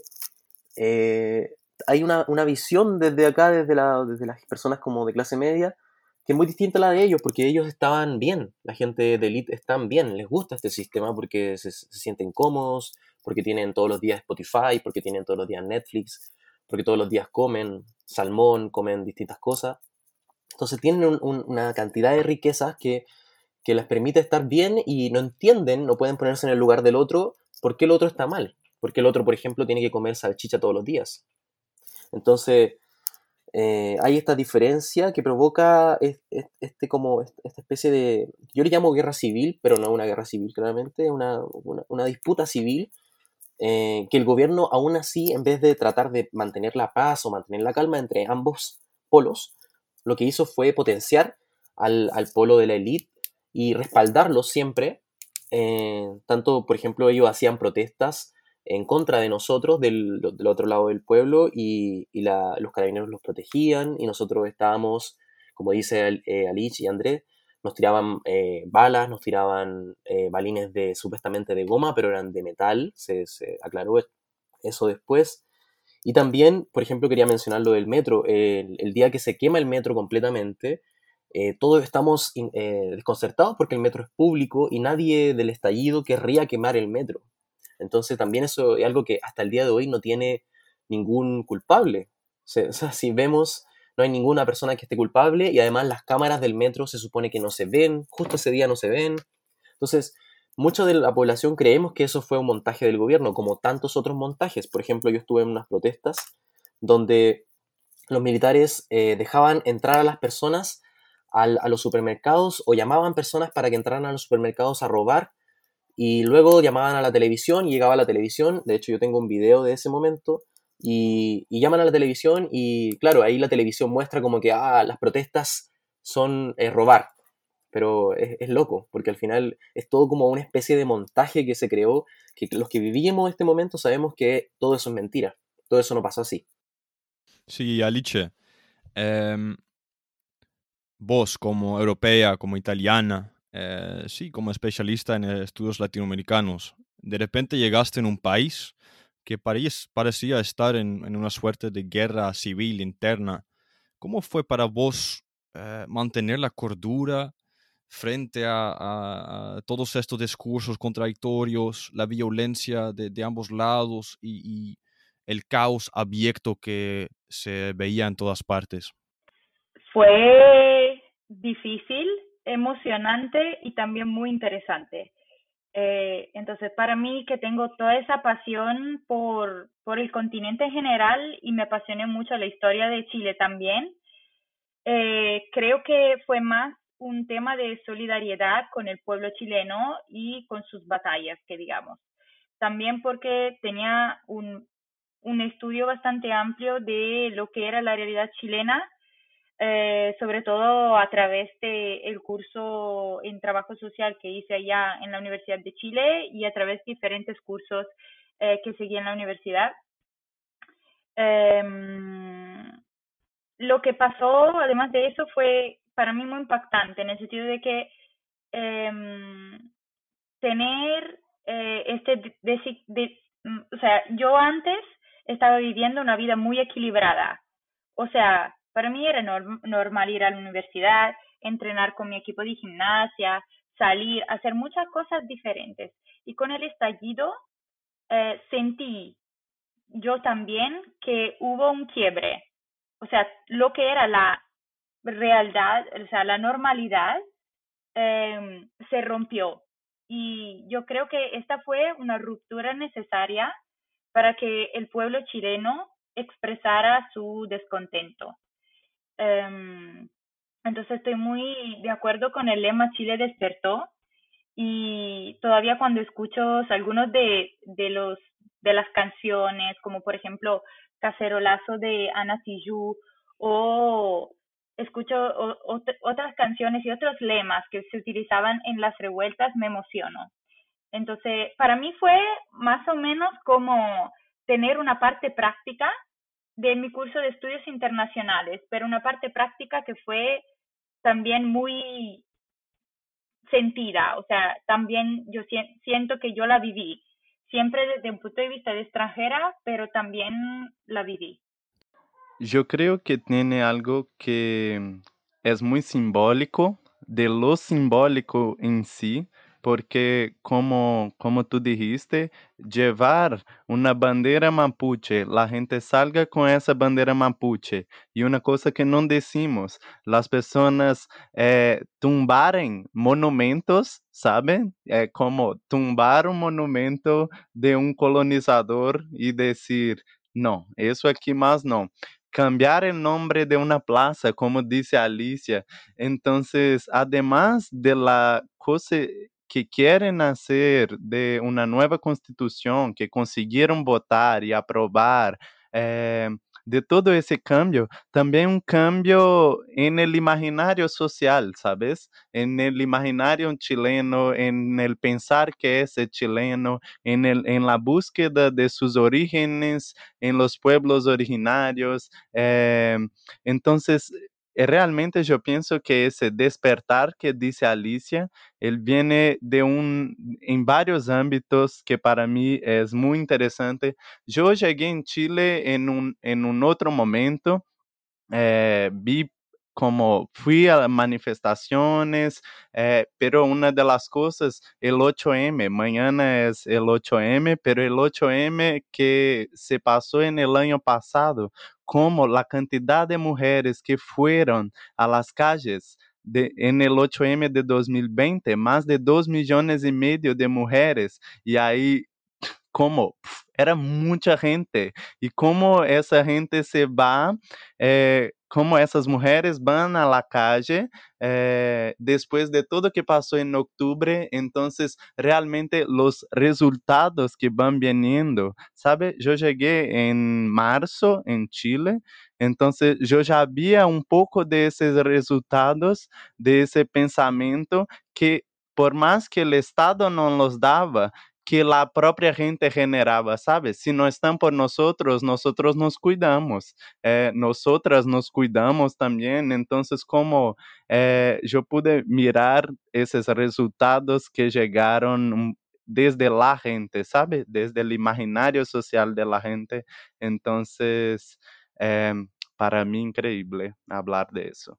eh, hay una, una visión desde acá, desde, la, desde las personas como de clase media, que es muy distinta a la de ellos, porque ellos estaban bien, la gente de élite están bien, les gusta este sistema porque se, se sienten cómodos, porque tienen todos los días Spotify, porque tienen todos los días Netflix, porque todos los días comen salmón, comen distintas cosas. Entonces tienen un, un, una cantidad de riquezas que, que les permite estar bien y no entienden, no pueden ponerse en el lugar del otro, por qué el otro está mal. Porque el otro, por ejemplo, tiene que comer salchicha todos los días. Entonces, eh, hay esta diferencia que provoca este, este, como esta especie de, yo le llamo guerra civil, pero no una guerra civil, claramente, es una, una, una disputa civil, eh, que el gobierno aún así, en vez de tratar de mantener la paz o mantener la calma entre ambos polos, lo que hizo fue potenciar al, al polo de la élite y respaldarlo siempre. Eh, tanto, por ejemplo, ellos hacían protestas en contra de nosotros del, del otro lado del pueblo y, y la, los carabineros los protegían y nosotros estábamos, como dice eh, Alich y Andrés, nos tiraban eh, balas, nos tiraban eh, balines de supuestamente de goma, pero eran de metal, se, se aclaró eso después. Y también, por ejemplo, quería mencionar lo del metro. El, el día que se quema el metro completamente, eh, todos estamos in, eh, desconcertados porque el metro es público y nadie del estallido querría quemar el metro. Entonces también eso es algo que hasta el día de hoy no tiene ningún culpable. O sea, o sea, si vemos, no hay ninguna persona que esté culpable y además las cámaras del metro se supone que no se ven, justo ese día no se ven. Entonces, mucha de la población creemos que eso fue un montaje del gobierno, como tantos otros montajes. Por ejemplo, yo estuve en unas protestas donde los militares eh, dejaban entrar a las personas al, a los supermercados o llamaban personas para que entraran a los supermercados a robar y luego llamaban a la televisión y llegaba a la televisión. De hecho, yo tengo un video de ese momento y, y llaman a la televisión y claro, ahí la televisión muestra como que ah, las protestas son eh, robar. Pero es, es loco, porque al final es todo como una especie de montaje que se creó, que los que vivimos este momento sabemos que todo eso es mentira, todo eso no pasó así. Sí, Alice, em, vos como europea, como italiana, eh, sí, como especialista en estudios latinoamericanos, de repente llegaste en un país que parecía, parecía estar en, en una suerte de guerra civil interna. ¿Cómo fue para vos eh, mantener la cordura frente a, a- a todos estos discursos contradictorios, la violencia de, de ambos lados y, y el caos abierto que se veía en todas partes? Fue difícil, emocionante y también muy interesante. Eh, entonces, para mí, que tengo toda esa pasión por, por el continente en general y me apasioné mucho la historia de Chile también, eh, creo que fue más un tema de solidaridad con el pueblo chileno y con sus batallas, que digamos. También porque tenía un, un estudio bastante amplio de lo que era la realidad chilena, eh, sobre todo a través de el curso en trabajo social que hice allá en la Universidad de Chile y a través de diferentes cursos eh, que seguí en la universidad. Um, lo que pasó, además de eso, fue para mí muy impactante en el sentido de que um, tener eh, este, de, de, de, o sea, yo antes estaba viviendo una vida muy equilibrada. O sea, para mí era norm normal ir a la universidad, entrenar con mi equipo de gimnasia, salir, hacer muchas cosas diferentes. Y con el estallido eh, sentí yo también que hubo un quiebre. O sea, lo que era la realidad, o sea, la normalidad, eh, se rompió. Y yo creo que esta fue una ruptura necesaria para que el pueblo chileno expresara su descontento. Um, entonces estoy muy de acuerdo con el lema Chile despertó y todavía cuando escucho algunos de, de los de las canciones, como por ejemplo Cacerolazo de Ana Tijoux, o escucho o, o, otras canciones y otros lemas que se utilizaban en las revueltas, me emociono. Entonces, para mí fue más o menos como tener una parte práctica de mi curso de estudios internacionales, pero una parte práctica que fue también muy sentida, o sea, también yo si- siento que yo la viví, siempre desde un punto de vista de extranjera, pero también la viví. Yo creo que tiene algo que es muy simbólico, de lo simbólico en sí, porque como, como tú dijiste, llevar una bandera mapuche, la gente salga con esa bandera mapuche, y una cosa que no decimos, las personas eh, tumbaren monumentos, ¿saben? Eh, como tumbar un monumento de un colonizador y decir, no, eso aquí más no. Cambiar el nombre de una plaza, como dice Alicia. Entonces, además de la cosa que quieren hacer de una nueva constitución, que consiguieron votar y aprobar, eh, de todo ese cambio, también un cambio en el imaginario social, ¿sabes? En el imaginario chileno, en el pensar que es el chileno, en, el, en la búsqueda de sus orígenes, en los pueblos originarios. Eh, entonces, eh, realmente yo pienso que ese despertar que dice Alicia, él viene de un, en varios ámbitos que para mí es muy interesante. Yo llegué en Chile en un, en un otro momento, eh, vi como fui a manifestaciones, eh, pero una de las cosas, el ocho eme, mañana es el ocho eme, pero el ocho eme que se pasó en el año pasado, como la cantidad de mujeres que fueron a las calles de, en el ocho eme de dos mil veinte, más de dos millones y medio de mujeres, y ahí como pf, era mucha gente y cómo esa gente se va, eh, cómo esas mujeres van a la calle eh, después de todo que pasó en octubre, entonces realmente los resultados que van viniendo, ¿sabe? Yo llegué en marzo en Chile, entonces yo ya había un poco de esos resultados, de ese pensamiento que por más que el Estado no los daba, que la propia gente generaba, ¿sabes? Si no están por nosotros, nosotros nos cuidamos, eh, nosotras nos cuidamos también, entonces como eh, yo pude mirar esos resultados que llegaron desde la gente, ¿sabe? Desde el imaginario social de la gente, entonces eh, para mí increíble hablar de eso.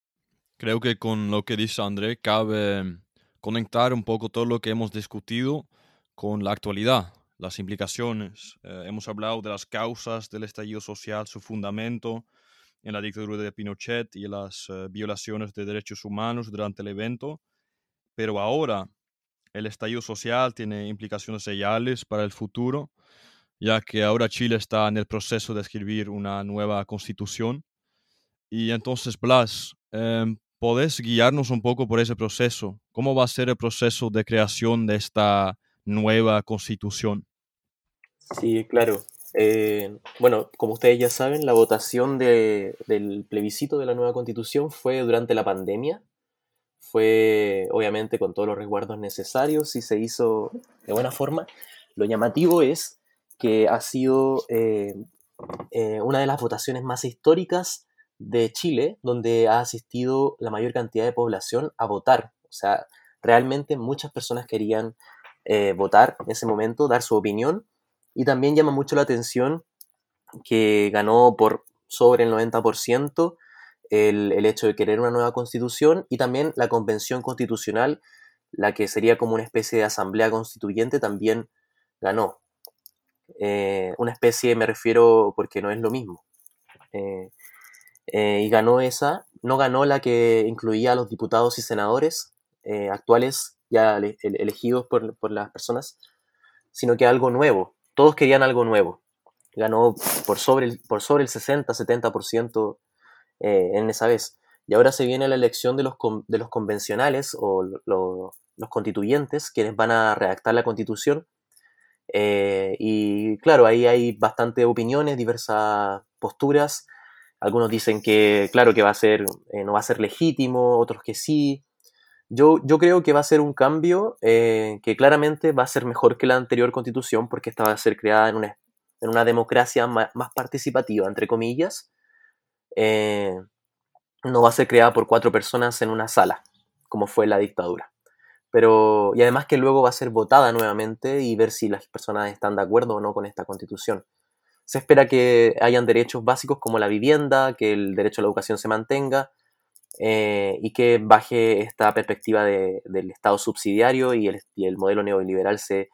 Creo que con lo que dice André cabe conectar un poco todo lo que hemos discutido con la actualidad, las implicaciones. Eh, hemos hablado de las causas del estallido social, su fundamento en la dictadura de Pinochet y las eh, violaciones de derechos humanos durante el evento, pero ahora el estallido social tiene implicaciones reales para el futuro, ya que ahora Chile está en el proceso de escribir una nueva constitución. Y entonces, Blas, eh, ¿podés guiarnos un poco por ese proceso? ¿Cómo va a ser el proceso de creación de esta nueva constitución? Sí, claro. Eh, bueno, como ustedes ya saben, la votación de- del plebiscito de la nueva constitución fue durante la pandemia. Fue obviamente con todos los resguardos necesarios y se hizo de buena forma. Lo llamativo es que ha sido eh, eh, una de las votaciones más históricas de Chile, donde ha asistido la mayor cantidad de población a votar. O sea, realmente muchas personas querían eh, votar en ese momento, dar su opinión, y también llama mucho la atención que ganó por sobre el noventa por ciento el, el hecho de querer una nueva constitución, y también la convención constitucional, la que sería como una especie de asamblea constituyente, también ganó. Eh, una especie me refiero porque no es lo mismo. Eh, eh, y ganó esa, no ganó la que incluía a los diputados y senadores eh, actuales ya ele- ele- elegidos por, por las personas, sino que algo nuevo. Todos querían algo nuevo. Ganó por sobre el, por sobre el sesenta setenta por ciento eh, en esa vez. Y ahora se viene la elección de los, con- de los convencionales o lo- lo- los constituyentes, quienes van a redactar la constitución. Eh, y claro, ahí hay bastantes opiniones, diversas posturas. Algunos dicen que, claro, que va a ser, eh, no va a ser legítimo, otros que sí. Yo, yo creo que va a ser un cambio eh, que claramente va a ser mejor que la anterior constitución porque esta va a ser creada en una, en una democracia más, más participativa, entre comillas. Eh, no va a ser creada por cuatro personas en una sala, como fue la dictadura. Pero, y además que luego va a ser votada nuevamente y ver si las personas están de acuerdo o no con esta constitución. Se espera que hayan derechos básicos como la vivienda, que el derecho a la educación se mantenga, eh, y que baje esta perspectiva de, del Estado subsidiario y el, y el modelo neoliberal se...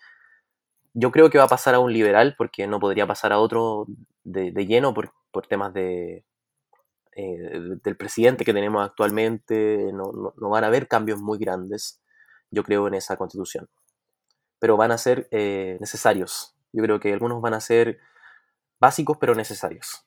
Yo creo que va a pasar a un liberal porque no podría pasar a otro de, de lleno por, por temas de, eh, del presidente que tenemos actualmente. No, no, no van a haber cambios muy grandes, yo creo, en esa constitución. Pero van a ser eh, necesarios. Yo creo que algunos van a ser básicos pero necesarios.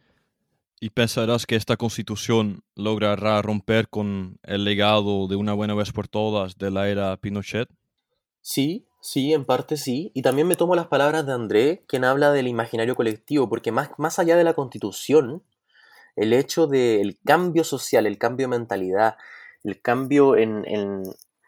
¿Y pensarás que esta constitución logrará romper con el legado de una buena vez por todas de la era Pinochet? Sí, sí, en parte sí. Y también me tomo las palabras de André, quien habla del imaginario colectivo, porque más, más allá de la constitución, el hecho del cambio social, el cambio de mentalidad, el cambio en, en,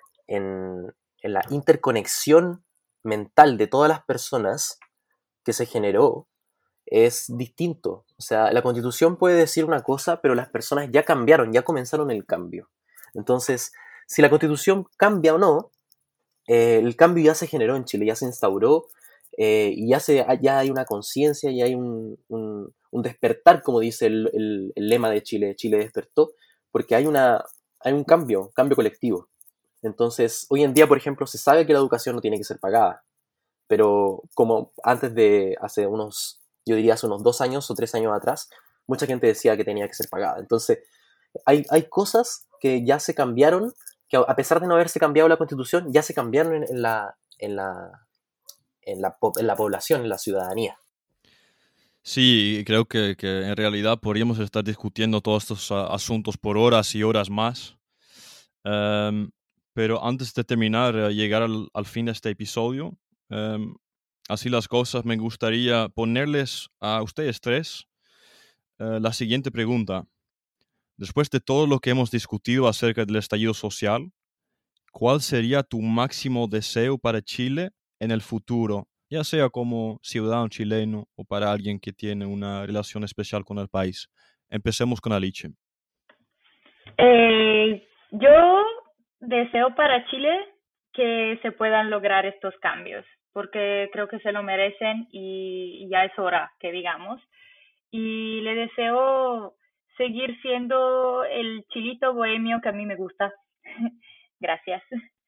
en, en la interconexión mental de todas las personas que se generó, es distinto. O sea, la constitución puede decir una cosa, pero las personas ya cambiaron, ya comenzaron el cambio. Entonces, si la constitución cambia o no, eh, el cambio ya se generó en Chile, ya se instauró, eh, y ya, se, ya hay una conciencia, ya hay un, un, un, despertar, como dice el, el, el, lema de Chile, Chile despertó, porque hay, una, hay un cambio, un cambio colectivo. Entonces, hoy en día, por ejemplo, se sabe que la educación no tiene que ser pagada, pero como antes de, hace unos, yo diría hace unos dos años o tres años atrás, mucha gente decía que tenía que ser pagada. Entonces, hay, hay cosas que ya se cambiaron, que a pesar de no haberse cambiado la constitución, ya se cambiaron en, en, la, en, la, en, la, en la población, en la ciudadanía. Sí, creo que, que en realidad podríamos estar discutiendo todos estos uh, asuntos por horas y horas más. Um, pero antes de terminar, uh, llegar al, al fin de este episodio, um, así las cosas, me gustaría ponerles a ustedes tres uh, la siguiente pregunta. Después de todo lo que hemos discutido acerca del estallido social, ¿cuál sería tu máximo deseo para Chile en el futuro? Ya sea como ciudadano chileno o para alguien que tiene una relación especial con el país. Empecemos con Alice. Eh, yo deseo para Chile que se puedan lograr estos cambios, porque creo que se lo merecen y ya es hora que digamos. Y le deseo seguir siendo el chilito bohemio que a mí me gusta. Gracias.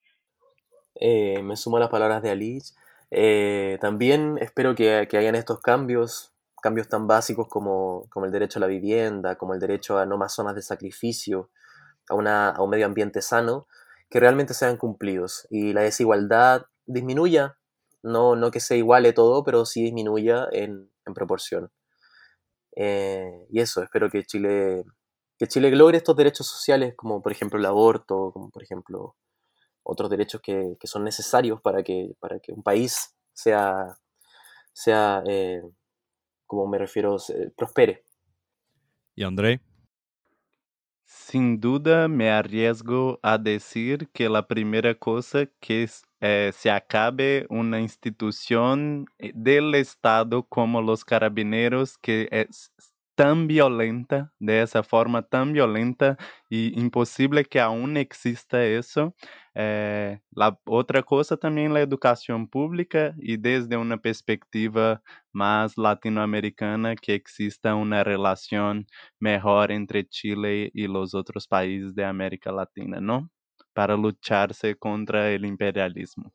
Eh, me sumo a las palabras de Alice. Eh, también espero que, que hayan estos cambios, cambios tan básicos como, como el derecho a la vivienda, como el derecho a no más zonas de sacrificio, a, una, a un medio ambiente sano, que realmente sean cumplidos y la desigualdad disminuya, no, no que se iguale todo, pero sí disminuya en, en proporción. Eh, y eso, espero que Chile, que Chile logre estos derechos sociales como por ejemplo el aborto, como por ejemplo otros derechos que, que son necesarios para que, para que un país sea, sea eh, como me refiero, se, prospere. ¿Y André? Sin duda me arriesgo a decir que la primera cosa que eh, se acabe una institución del Estado como los carabineros, que es tan violenta, de esa forma tan violenta y imposible que aún exista eso. Eh, la otra cosa también la educación pública y desde una perspectiva más latinoamericana que exista una relación mejor entre Chile y los otros países de América Latina, ¿no? Para lucharse contra el imperialismo.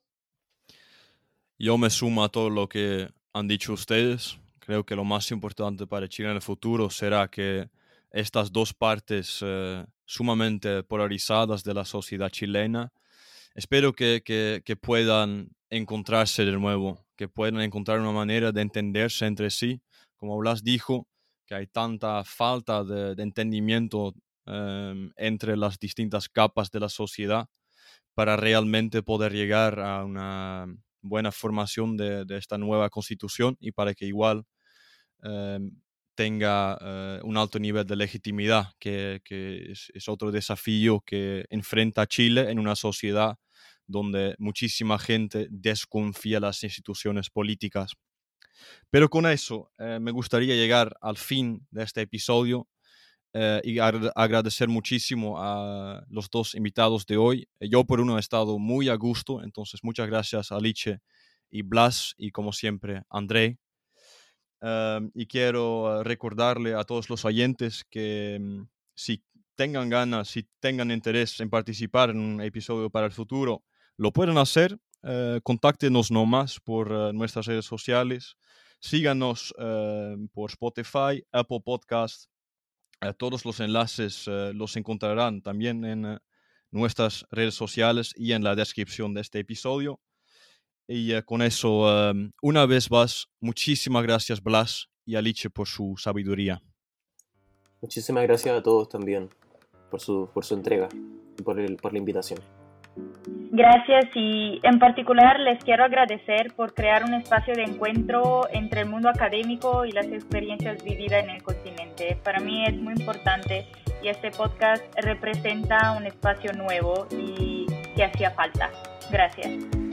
Yo me sumo a todo lo que han dicho ustedes. Creo que lo más importante para Chile en el futuro será que estas dos partes eh, sumamente polarizadas de la sociedad chilena, espero que, que, que puedan encontrarse de nuevo, que puedan encontrar una manera de entenderse entre sí. Como Blas dijo, que hay tanta falta de, de entendimiento eh, entre las distintas capas de la sociedad para realmente poder llegar a una buena formación de, de esta nueva constitución y para que igual eh, tenga eh, un alto nivel de legitimidad, que, que es, es otro desafío que enfrenta Chile en una sociedad donde muchísima gente desconfía de las instituciones políticas. Pero con eso eh, me gustaría llegar al fin de este episodio eh, y ag- agradecer muchísimo a los dos invitados de hoy. Yo por uno he estado muy a gusto, entonces muchas gracias a Liche y Blas y como siempre André. Um, y quiero uh, recordarle a todos los oyentes que um, si tengan ganas, si tengan interés en participar en un episodio para el futuro, lo pueden hacer. Uh, contáctenos nomás por uh, nuestras redes sociales. Síganos uh, por Spotify, Apple Podcast. Uh, todos los enlaces uh, los encontrarán también en uh, nuestras redes sociales y en la descripción de este episodio. Y uh, con eso, um, una vez más, muchísimas gracias Blas y Alice por su sabiduría. Muchísimas gracias a todos también por su, por su entrega y por, el, por la invitación. Gracias, y en particular les quiero agradecer por crear un espacio de encuentro entre el mundo académico y las experiencias vividas en el continente. Para mí es muy importante y este podcast representa un espacio nuevo y que hacía falta. Gracias.